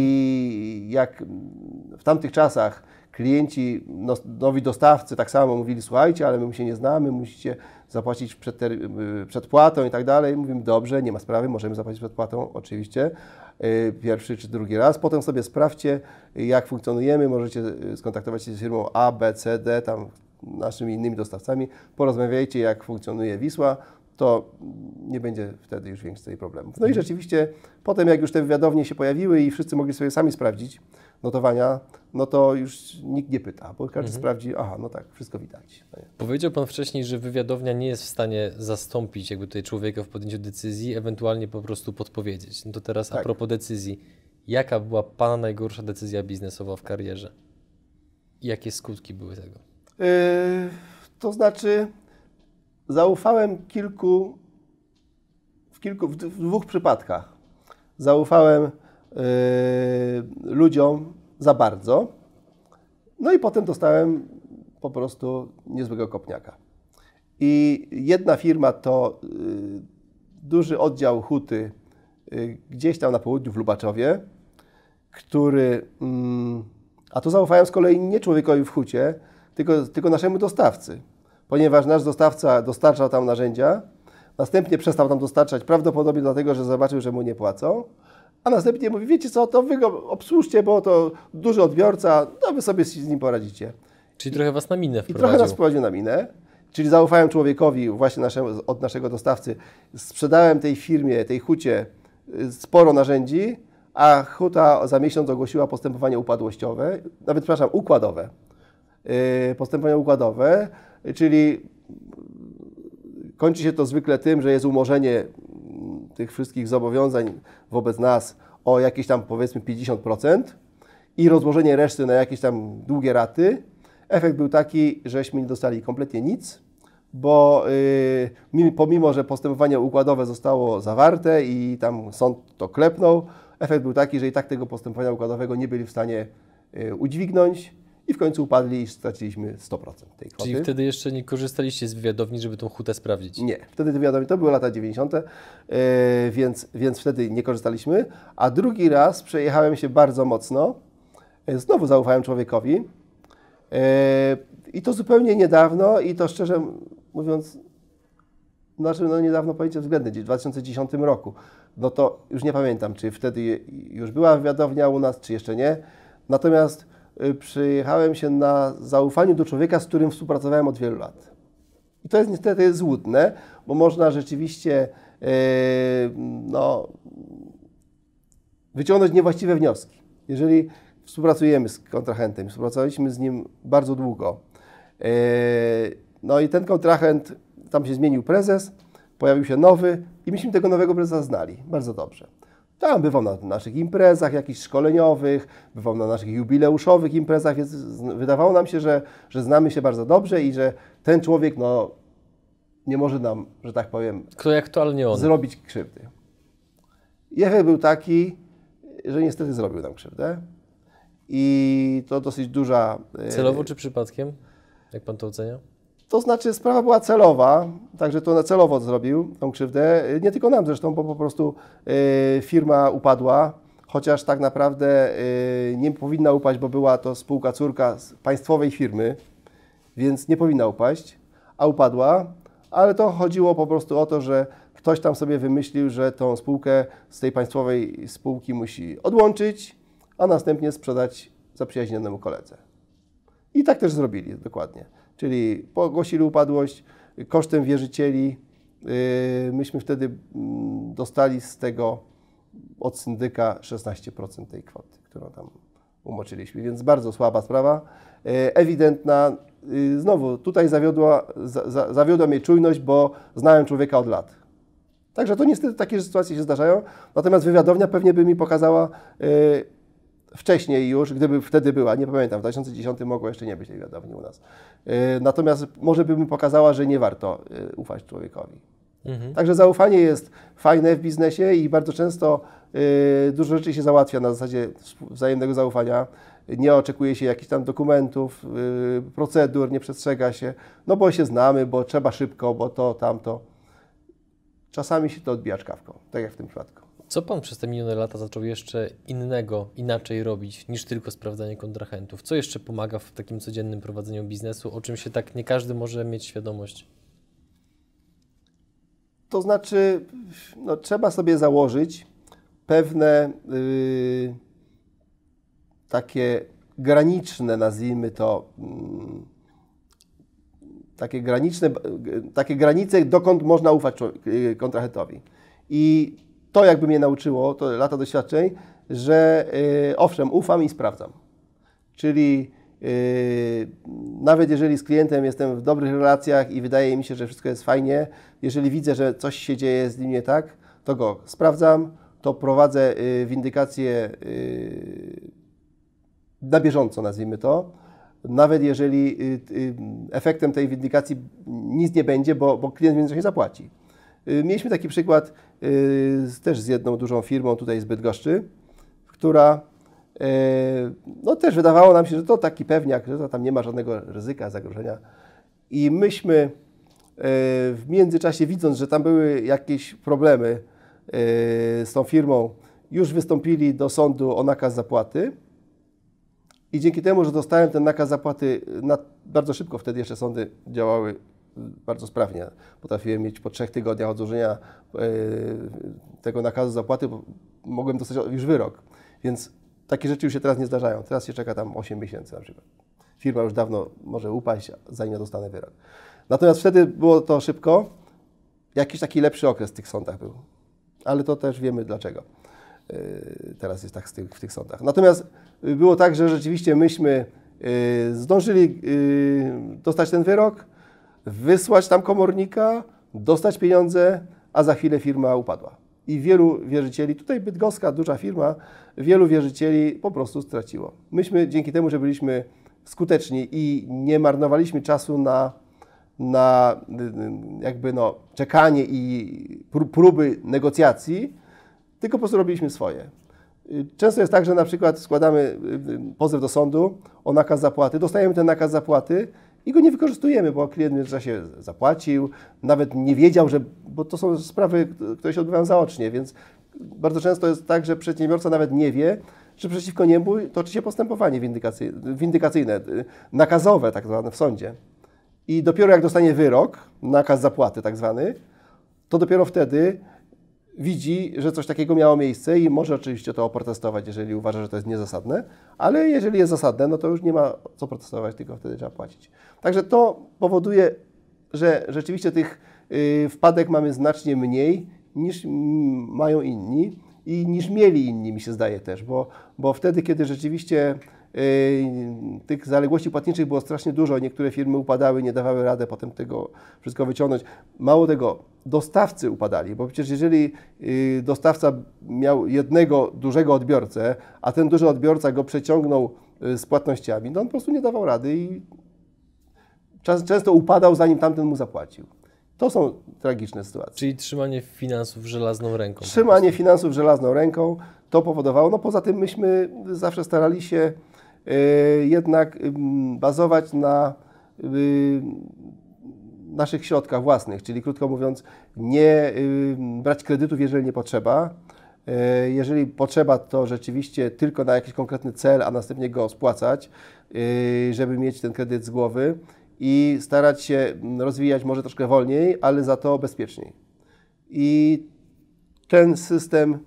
I jak w tamtych czasach klienci, nowi dostawcy tak samo mówili, słuchajcie, ale my się nie znamy, musicie zapłacić przedpłatą i tak dalej. Mówimy, dobrze, nie ma sprawy, możemy zapłacić przedpłatą, oczywiście, pierwszy czy drugi raz. Potem sobie sprawdźcie, jak funkcjonujemy, możecie skontaktować się z firmą A, B, C, D, tam naszymi innymi dostawcami, porozmawiajcie, jak funkcjonuje Wisła, to nie będzie wtedy już większych problemów. No i rzeczywiście potem, jak już te wywiadownie się pojawiły i wszyscy mogli sobie sami sprawdzić notowania, no to już nikt nie pyta, bo każdy sprawdzi, aha, no tak, wszystko widać. Powiedział Pan wcześniej, że wywiadownia nie jest w stanie zastąpić jakby tutaj człowieka w podjęciu decyzji, ewentualnie po prostu podpowiedzieć. No to teraz a propos decyzji, jaka była Pana najgorsza decyzja biznesowa w karierze? I jakie skutki były tego? To znaczy, zaufałem w 2 przypadkach. Zaufałem ludziom za bardzo, no i potem dostałem po prostu niezłego kopniaka. I jedna firma to duży oddział huty gdzieś tam na południu w Lubaczowie, a tu zaufałem z kolei nie człowiekowi w hucie, tylko naszemu dostawcy, ponieważ nasz dostawca dostarczał tam narzędzia, następnie przestał tam dostarczać, prawdopodobnie dlatego, że zobaczył, że mu nie płacą, a następnie mówi, wiecie co, to wy go obsłużcie, bo to duży odbiorca, to wy sobie z nim poradzicie. Czyli trochę Was na minę I wprowadził. trochę nas wprowadził na minę, czyli zaufałem człowiekowi właśnie od naszego dostawcy, sprzedałem tej firmie, tej hucie sporo narzędzi, a huta za miesiąc ogłosiła postępowanie upadłościowe, nawet przepraszam, układowe. Postępowanie układowe, czyli kończy się to zwykle tym, że jest umorzenie tych wszystkich zobowiązań wobec nas o jakieś tam powiedzmy 50% i rozłożenie reszty na jakieś tam długie raty. Efekt był taki, żeśmy nie dostali kompletnie nic, bo pomimo, że postępowanie układowe zostało zawarte i tam sąd to klepnął, efekt był taki, że i tak tego postępowania układowego nie byli w stanie udźwignąć i w końcu upadli i straciliśmy 100% tej kwoty. Czyli wtedy jeszcze nie korzystaliście z wywiadowni, żeby tą hutę sprawdzić? Nie, wtedy wywiadowni, to były lata 90., więc wtedy nie korzystaliśmy, a drugi raz przejechałem się bardzo mocno, znowu zaufałem człowiekowi i to zupełnie niedawno i to szczerze mówiąc, niedawno pojęcie względne, w 2010 roku, no to już nie pamiętam, czy wtedy już była wywiadownia u nas, czy jeszcze nie, natomiast przyjechałem się na zaufaniu do człowieka, z którym współpracowałem od wielu lat. I to jest niestety złudne, bo można rzeczywiście wyciągnąć niewłaściwe wnioski. Jeżeli współpracujemy z kontrahentem, współpracowaliśmy z nim bardzo długo, no i ten kontrahent, tam się zmienił prezes, pojawił się nowy i myśmy tego nowego prezesa znali bardzo dobrze. Tam bywał na naszych imprezach jakichś szkoleniowych, bywał na naszych jubileuszowych imprezach, więc wydawało nam się, że znamy się bardzo dobrze i że ten człowiek nie może nam, że tak powiem, Kto jak to, ale nie on. zrobić krzywdy. I efekt był taki, że niestety zrobił nam krzywdę i to dosyć duża... Celowo czy przypadkiem? Jak pan to ocenia? To znaczy sprawa była celowa, także to celowo zrobił tą krzywdę. Nie tylko nam zresztą, bo po prostu firma upadła, chociaż tak naprawdę nie powinna upaść, bo była to spółka córka z państwowej firmy, więc nie powinna upaść, a upadła. Ale to chodziło po prostu o to, że ktoś tam sobie wymyślił, że tą spółkę z tej państwowej spółki musi odłączyć, a następnie sprzedać zaprzyjaźnionemu koledze. I tak też zrobili, dokładnie. Czyli ogłosili upadłość kosztem wierzycieli. Myśmy wtedy dostali z tego od syndyka 16% tej kwoty, którą tam umoczyliśmy, więc bardzo słaba sprawa. Ewidentna, znowu tutaj zawiodła mnie czujność, bo znałem człowieka od lat. Także to niestety takie sytuacje się zdarzają, natomiast wywiadownia pewnie by mi pokazała wcześniej już, gdyby wtedy była, nie pamiętam, w 2010 mogło jeszcze nie być tej wywiadowni u nas. Natomiast może by mi pokazała, że nie warto ufać człowiekowi. Także zaufanie jest fajne w biznesie i bardzo często dużo rzeczy się załatwia na zasadzie wzajemnego zaufania. Nie oczekuje się jakichś tam dokumentów, procedur, nie przestrzega się, no bo się znamy, bo trzeba szybko, bo to, tamto. Czasami się to odbija czkawką, tak jak w tym przypadku. Co pan przez te minione lata zaczął jeszcze innego, inaczej robić niż tylko sprawdzanie kontrahentów? Co jeszcze pomaga w takim codziennym prowadzeniu biznesu, o czym się tak nie każdy może mieć świadomość? To znaczy, no, trzeba sobie założyć pewne takie graniczne, nazwijmy to, takie granice, dokąd można ufać kontrahentowi. I to jakby mnie nauczyło, to lata doświadczeń, że owszem, ufam i sprawdzam. Czyli nawet jeżeli z klientem jestem w dobrych relacjach i wydaje mi się, że wszystko jest fajnie, jeżeli widzę, że coś się dzieje z nim nie tak, to go sprawdzam, to prowadzę windykację na bieżąco, nazwijmy to. Nawet jeżeli efektem tej windykacji nic nie będzie, bo klient w międzyczasie zapłaci. Mieliśmy taki przykład też z jedną dużą firmą tutaj z Bydgoszczy, która no też wydawało nam się, że to taki pewniak, że to tam nie ma żadnego ryzyka, zagrożenia. I myśmy w międzyczasie, widząc, że tam były jakieś problemy z tą firmą, już wystąpili do sądu o nakaz zapłaty. I dzięki temu, że dostałem ten nakaz zapłaty bardzo szybko, wtedy jeszcze sądy działały bardzo sprawnie. Potrafiłem mieć po 3 tygodniach od złożenia tego nakazu zapłaty, bo mogłem dostać już wyrok. Więc takie rzeczy już się teraz nie zdarzają. Teraz się czeka tam 8 miesięcy na przykład. Firma już dawno może upaść, zanim ja dostanę wyrok. Natomiast wtedy było to szybko. Jakiś taki lepszy okres w tych sądach był. Ale to też wiemy dlaczego. Teraz jest tak w tych sądach. Natomiast było tak, że rzeczywiście myśmy zdążyli dostać ten wyrok, wysłać tam komornika, dostać pieniądze, a za chwilę firma upadła. I wielu wierzycieli, tutaj bydgoska, duża firma, wielu wierzycieli po prostu straciło. Myśmy dzięki temu, że byliśmy skuteczni i nie marnowaliśmy czasu na jakby no czekanie i próby negocjacji, tylko po prostu robiliśmy swoje. Często jest tak, że na przykład składamy pozew do sądu o nakaz zapłaty, dostajemy ten nakaz zapłaty i go nie wykorzystujemy, bo klient w międzyczasie zapłacił, nawet nie wiedział, bo to są sprawy, które się odbywają zaocznie, więc bardzo często jest tak, że przedsiębiorca nawet nie wie, że przeciwko niemu toczy się postępowanie windykacyjne, nakazowe tak zwane w sądzie. I dopiero jak dostanie wyrok, nakaz zapłaty tak zwany, to dopiero wtedy widzi, że coś takiego miało miejsce i może oczywiście to oprotestować, jeżeli uważa, że to jest niezasadne, ale jeżeli jest zasadne, no to już nie ma co protestować, tylko wtedy trzeba płacić. Także to powoduje, że rzeczywiście tych wpadek mamy znacznie mniej niż mają inni i niż mieli inni, mi się zdaje też, bo wtedy, kiedy rzeczywiście tych zaległości płatniczych było strasznie dużo, niektóre firmy upadały, nie dawały rady potem tego wszystko wyciągnąć. Mało tego, dostawcy upadali, bo przecież jeżeli dostawca miał jednego dużego odbiorcę, a ten duży odbiorca go przeciągnął z płatnościami, no on po prostu nie dawał rady i często upadał, zanim tamten mu zapłacił. To są tragiczne sytuacje. Czyli trzymanie finansów żelazną ręką. Trzymanie finansów żelazną ręką to powodowało, no poza tym myśmy zawsze starali się jednak bazować na naszych środkach własnych, czyli krótko mówiąc, nie brać kredytów, jeżeli nie potrzeba. Jeżeli potrzeba, to rzeczywiście tylko na jakiś konkretny cel, a następnie go spłacać, żeby mieć ten kredyt z głowy i starać się rozwijać może troszkę wolniej, ale za to bezpieczniej. I ten system,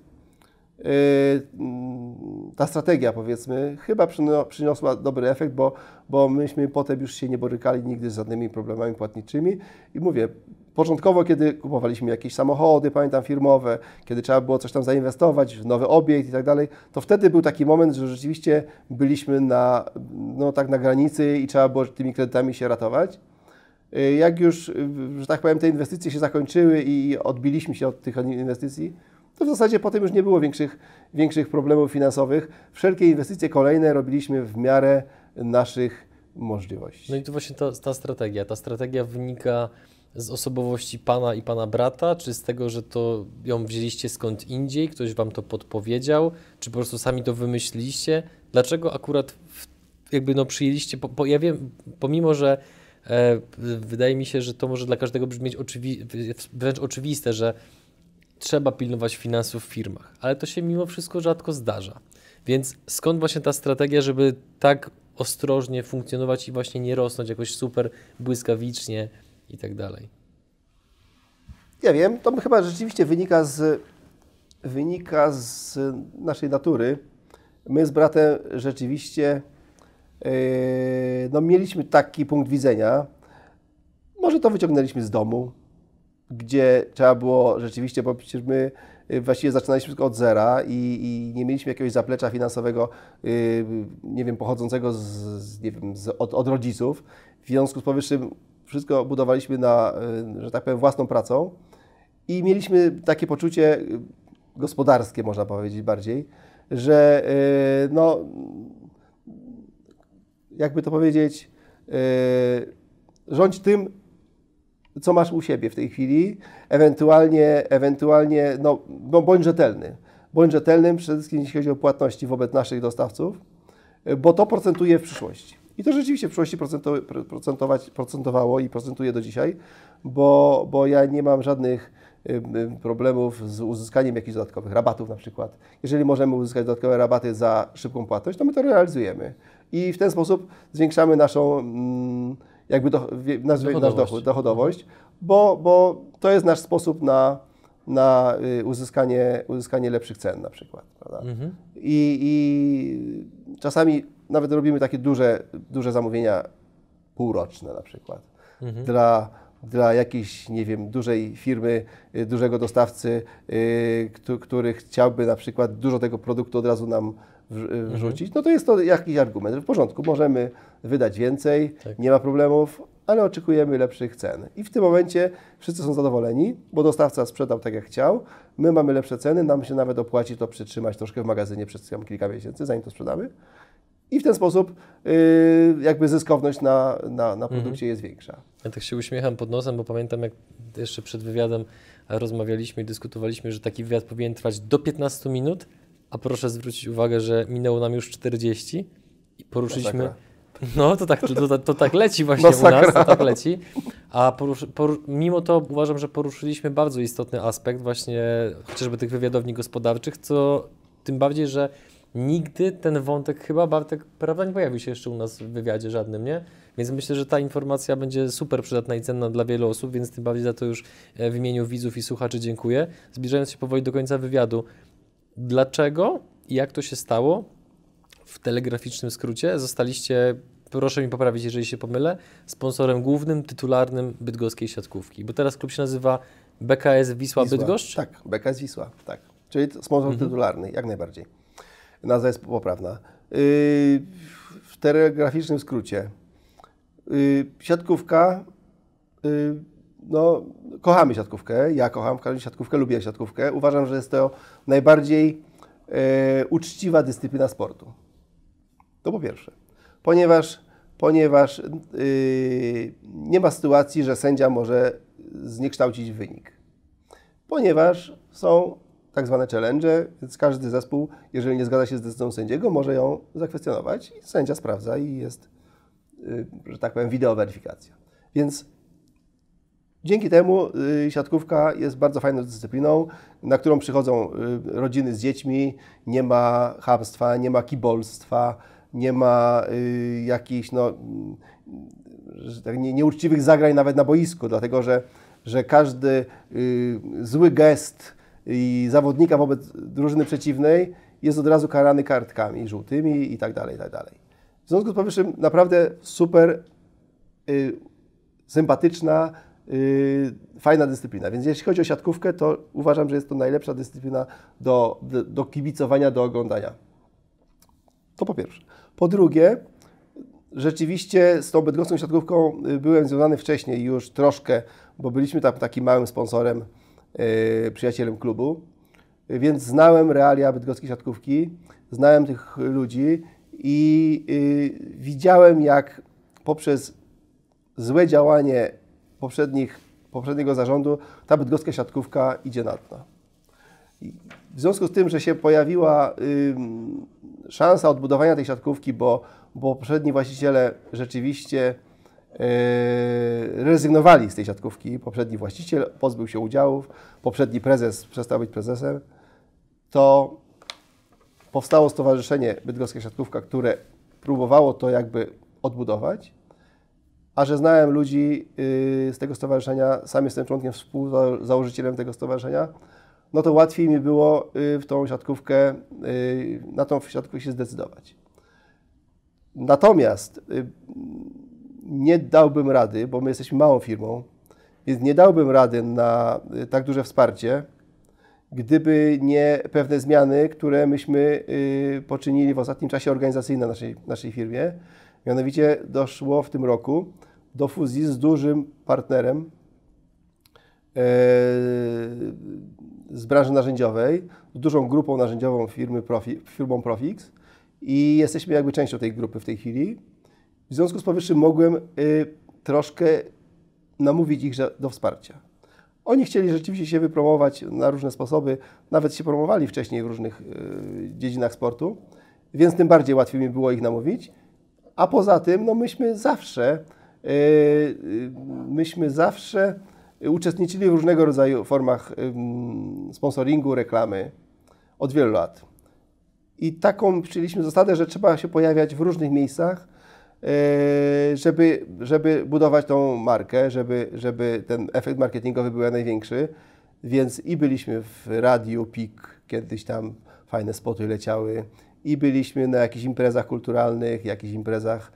ta strategia, powiedzmy, chyba przyniosła dobry efekt, bo myśmy potem już się nie borykali nigdy z żadnymi problemami płatniczymi. I mówię, początkowo, kiedy kupowaliśmy jakieś samochody, pamiętam, firmowe, kiedy trzeba było coś tam zainwestować w nowy obiekt i tak dalej, to wtedy był taki moment, że rzeczywiście byliśmy tak na granicy i trzeba było tymi kredytami się ratować. Jak już, że tak powiem, te inwestycje się zakończyły i odbiliśmy się od tych inwestycji, to w zasadzie potem już nie było większych problemów finansowych. Wszelkie inwestycje kolejne robiliśmy w miarę naszych możliwości. No i to właśnie ta strategia. Ta strategia wynika z osobowości Pana i Pana brata, czy z tego, że to ją wzięliście skąd indziej, ktoś Wam to podpowiedział, czy po prostu sami to wymyśliliście? Dlaczego akurat przyjęliście, ja wiem, pomimo, że wydaje mi się, że to może dla każdego brzmieć wręcz oczywiste, że trzeba pilnować finansów w firmach, ale to się mimo wszystko rzadko zdarza. Więc skąd właśnie ta strategia, żeby tak ostrożnie funkcjonować i właśnie nie rosnąć jakoś super błyskawicznie i tak dalej? Ja wiem, to chyba rzeczywiście wynika z naszej natury. My z bratem rzeczywiście mieliśmy taki punkt widzenia. Może to wyciągnęliśmy z domu, gdzie trzeba było rzeczywiście, bo przecież my właściwie zaczynaliśmy wszystko od zera i nie mieliśmy jakiegoś zaplecza finansowego, nie wiem, pochodzącego od rodziców. W związku z powyższym wszystko budowaliśmy że tak powiem, własną pracą i mieliśmy takie poczucie gospodarskie, można powiedzieć bardziej, że jakby to powiedzieć, rządź tym, co masz u siebie w tej chwili, ewentualnie bądź rzetelny. Bądź rzetelnym przede wszystkim jeśli chodzi o płatności wobec naszych dostawców, bo to procentuje w przyszłości. I to rzeczywiście w przyszłości procentowało i procentuje do dzisiaj, bo ja nie mam żadnych problemów z uzyskaniem jakichś dodatkowych rabatów na przykład. Jeżeli możemy uzyskać dodatkowe rabaty za szybką płatność, to my to realizujemy. I w ten sposób zwiększamy naszą dochodowość, bo to jest nasz sposób na uzyskanie lepszych cen na przykład. Prawda? Mhm. I czasami nawet robimy takie duże zamówienia półroczne na przykład dla jakiejś, nie wiem, dużej firmy, dużego dostawcy, który chciałby na przykład dużo tego produktu od razu nam wrzucić, no to jest to jakiś argument. W porządku, możemy wydać więcej, tak. Nie ma problemów, ale oczekujemy lepszych cen. I w tym momencie wszyscy są zadowoleni, bo dostawca sprzedał tak jak chciał, my mamy lepsze ceny, nam się nawet opłaci to przytrzymać troszkę w magazynie przez kilka miesięcy, zanim to sprzedamy. I w ten sposób jakby zyskowność na produkcie jest większa. Ja tak się uśmiecham pod nosem, bo pamiętam, jak jeszcze przed wywiadem rozmawialiśmy i dyskutowaliśmy, że taki wywiad powinien trwać do 15 minut, a proszę zwrócić uwagę, że minęło nam już 40 i poruszyliśmy... Masakra. No to tak leci właśnie Masakra. U nas, to tak leci. A mimo to uważam, że poruszyliśmy bardzo istotny aspekt właśnie chociażby tych wywiadowni gospodarczych, co tym bardziej, że nigdy ten wątek chyba, Bartek, prawda, nie pojawił się jeszcze u nas w wywiadzie żadnym, nie? Więc myślę, że ta informacja będzie super przydatna i cenna dla wielu osób, więc tym bardziej za to już w imieniu widzów i słuchaczy dziękuję. Zbliżając się powoli do końca wywiadu, dlaczego i jak to się stało, w telegraficznym skrócie, zostaliście, proszę mi poprawić, jeżeli się pomylę, sponsorem głównym, tytularnym bydgoskiej siatkówki, bo teraz klub się nazywa BKS Wisła Bydgoszcz? Tak, BKS Wisła, tak. Czyli sponsor tytularny, jak najbardziej. Nazwa jest poprawna. W telegraficznym skrócie. Siatkówka, kochamy siatkówkę, ja kocham siatkówkę, lubię siatkówkę. Uważam, że jest to najbardziej uczciwa dyscyplina sportu. To po pierwsze. Ponieważ nie ma sytuacji, że sędzia może zniekształcić wynik. Ponieważ są tak zwane challenge, więc każdy zespół, jeżeli nie zgadza się z decyzją sędziego, może ją zakwestionować i sędzia sprawdza i jest, że tak powiem, wideoweryfikacja. Więc dzięki temu siatkówka jest bardzo fajną dyscypliną, na którą przychodzą rodziny z dziećmi, nie ma chamstwa, nie ma kibolstwa, nie ma jakichś nieuczciwych zagrań nawet na boisku, dlatego że każdy zły gest i zawodnika wobec drużyny przeciwnej jest od razu karany kartkami żółtymi i tak dalej, i tak dalej. W związku z powyższym naprawdę super sympatyczna, fajna dyscyplina. Więc jeśli chodzi o siatkówkę, to uważam, że jest to najlepsza dyscyplina do kibicowania, do oglądania. To po pierwsze. Po drugie, rzeczywiście z tą bydgoską siatkówką byłem związany wcześniej już troszkę, bo byliśmy tam takim małym sponsorem, przyjacielem klubu, więc znałem realia bydgoskiej siatkówki, znałem tych ludzi i widziałem, jak poprzez złe działanie poprzedniego zarządu ta bydgoska siatkówka idzie na dno. W związku z tym, że się pojawiła szansa odbudowania tej siatkówki, bo poprzedni właściciele rzeczywiście rezygnowali z tej siatkówki, poprzedni właściciel pozbył się udziałów, poprzedni prezes przestał być prezesem, to powstało stowarzyszenie Bydgoska Siatkówka, które próbowało to jakby odbudować, a że znałem ludzi z tego stowarzyszenia, sam jestem członkiem, współzałożycielem tego stowarzyszenia, no to łatwiej mi było na tą siatkówkę się zdecydować. Natomiast nie dałbym rady, bo my jesteśmy małą firmą, więc nie dałbym rady na tak duże wsparcie, gdyby nie pewne zmiany, które myśmy poczynili w ostatnim czasie organizacyjne naszej firmie. Mianowicie doszło w tym roku do fuzji z dużym partnerem z branży narzędziowej, z dużą grupą narzędziową firmą Profix i jesteśmy jakby częścią tej grupy w tej chwili. W związku z powyższym mogłem troszkę namówić ich do wsparcia. Oni chcieli rzeczywiście się wypromować na różne sposoby, nawet się promowali wcześniej w różnych dziedzinach sportu, więc tym bardziej łatwiej mi było ich namówić. A poza tym, no myśmy zawsze uczestniczyli w różnego rodzaju formach sponsoringu, reklamy od wielu lat. I taką przyjęliśmy zasadę, że trzeba się pojawiać w różnych miejscach, żeby budować tą markę, żeby ten efekt marketingowy był jak największy. Więc i byliśmy w radiu PIK, kiedyś tam fajne spoty leciały, i byliśmy na jakichś imprezach kulturalnych, jakichś imprezach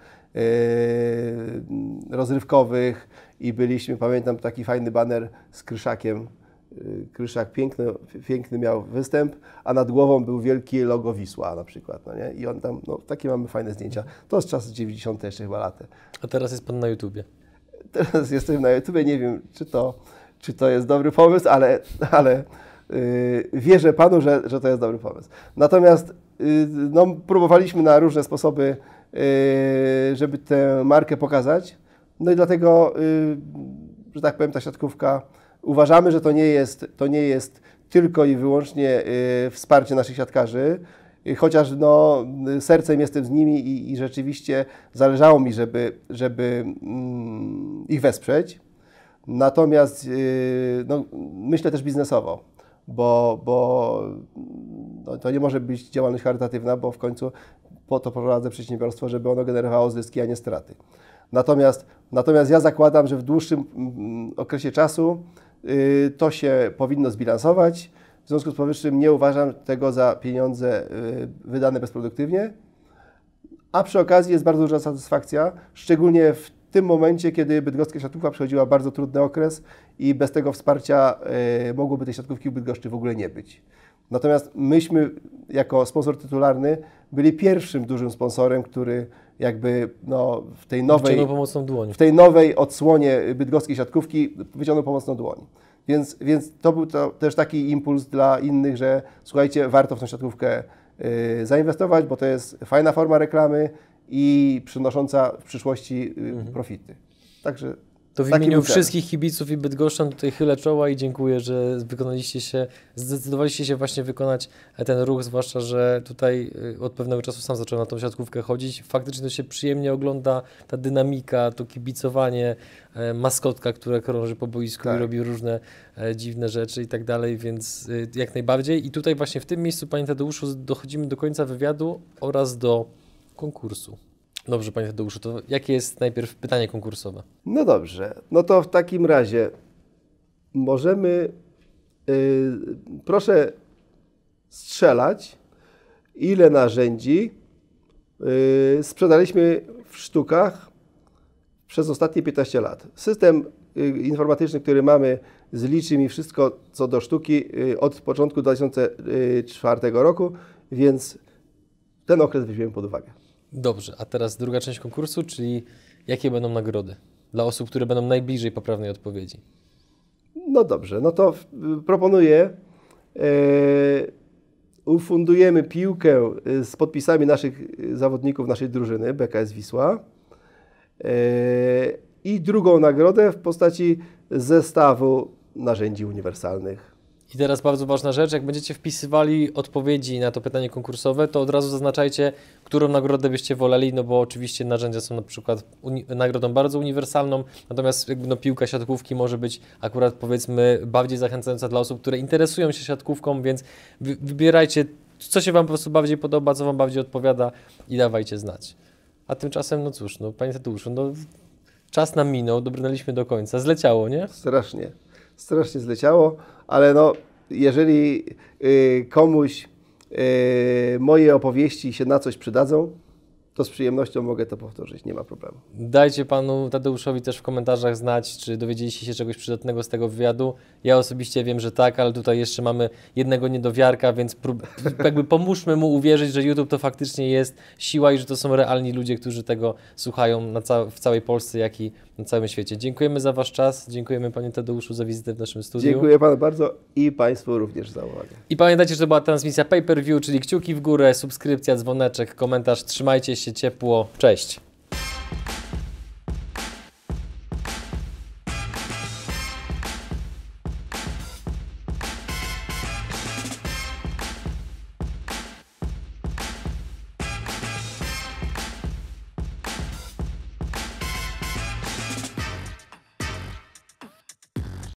rozrywkowych i byliśmy, pamiętam taki fajny baner z Kryszakiem. Kryszak piękny miał występ, a nad głową był wielkie logo Wisła na przykład, no nie? I on tam, no takie mamy fajne zdjęcia. To z czasów 90. jeszcze chyba lata. A teraz jest Pan na YouTubie. Teraz jestem na YouTubie, nie wiem, czy to jest dobry pomysł, ale wierzę Panu, że to jest dobry pomysł. Natomiast no, próbowaliśmy na różne sposoby, żeby tę markę pokazać. No i dlatego, że tak powiem, ta siatkówka, uważamy, że to nie jest tylko i wyłącznie wsparcie naszych siatkarzy, chociaż no, sercem jestem z nimi i rzeczywiście zależało mi, żeby ich wesprzeć. Natomiast no, myślę też biznesowo, bo no, to nie może być działalność charytatywna, bo w końcu po to prowadzę przedsiębiorstwo, żeby ono generowało zyski, a nie straty. Natomiast ja zakładam, że w dłuższym okresie czasu to się powinno zbilansować. W związku z powyższym nie uważam tego za pieniądze wydane bezproduktywnie, a przy okazji jest bardzo duża satysfakcja, szczególnie w tym momencie, kiedy bydgoska siatkówka przechodziła bardzo trudny okres i bez tego wsparcia mogłoby tej siatkówki w Bydgoszczy w ogóle nie być. Natomiast myśmy jako sponsor tytularny byli pierwszym dużym sponsorem, który jakby no, w tej nowej odsłonie bydgoskiej siatkówki wyciągnął pomocną dłoń. Więc to był też taki impuls dla innych, że słuchajcie, warto w tą siatkówkę zainwestować, bo to jest fajna forma reklamy i przynosząca w przyszłości profity. Także To w Taki imieniu był cel. wszystkich kibiców i bydgoszczan tutaj chylę czoła i dziękuję, że zdecydowaliście się właśnie wykonać ten ruch, zwłaszcza, że tutaj od pewnego czasu sam zacząłem na tą siatkówkę chodzić. Faktycznie to się przyjemnie ogląda, ta dynamika, to kibicowanie, maskotka, która krąży po boisku Tak. i robi różne dziwne rzeczy i tak dalej, więc jak najbardziej. I tutaj właśnie w tym miejscu, panie Tadeuszu, dochodzimy do końca wywiadu oraz do konkursu. Dobrze, panie Tadeuszu, to jakie jest najpierw pytanie konkursowe? No dobrze, no to w takim razie możemy, proszę strzelać, ile narzędzi sprzedaliśmy w sztukach przez ostatnie 15 lat. System informatyczny, który mamy, zliczy mi wszystko co do sztuki od początku 2004 roku, więc ten okres weźmiemy pod uwagę. Dobrze, a teraz druga część konkursu, czyli jakie będą nagrody dla osób, które będą najbliżej poprawnej odpowiedzi. No dobrze, no to proponuję, ufundujemy piłkę z podpisami naszych zawodników naszej drużyny BKS Wisła i drugą nagrodę w postaci zestawu narzędzi uniwersalnych. I teraz bardzo ważna rzecz, jak będziecie wpisywali odpowiedzi na to pytanie konkursowe, to od razu zaznaczajcie, którą nagrodę byście woleli, no bo oczywiście narzędzia są na przykład nagrodą bardzo uniwersalną, natomiast jakby no, piłka siatkówki może być akurat powiedzmy bardziej zachęcająca dla osób, które interesują się siatkówką, więc wybierajcie, co się Wam po prostu bardziej podoba, co Wam bardziej odpowiada i dawajcie znać. A tymczasem, no cóż, no panie Tadeuszu, no czas nam minął, dobrnęliśmy do końca, zleciało, nie? Strasznie zleciało, ale no, jeżeli komuś moje opowieści się na coś przydadzą, to z przyjemnością mogę to powtórzyć, nie ma problemu. Dajcie panu Tadeuszowi też w komentarzach znać, czy dowiedzieliście się czegoś przydatnego z tego wywiadu. Ja osobiście wiem, że tak, ale tutaj jeszcze mamy jednego niedowiarka, więc jakby pomóżmy mu uwierzyć, że YouTube to faktycznie jest siła i że to są realni ludzie, którzy tego słuchają w całej Polsce, jak i na całym świecie. Dziękujemy za Wasz czas, dziękujemy panie Tadeuszu za wizytę w naszym studiu. Dziękuję panu bardzo i państwu również za uwagę. I pamiętajcie, że to była transmisja pay-per-view, czyli kciuki w górę, subskrypcja, dzwoneczek, komentarz. Trzymajcie się ciepło. Cześć!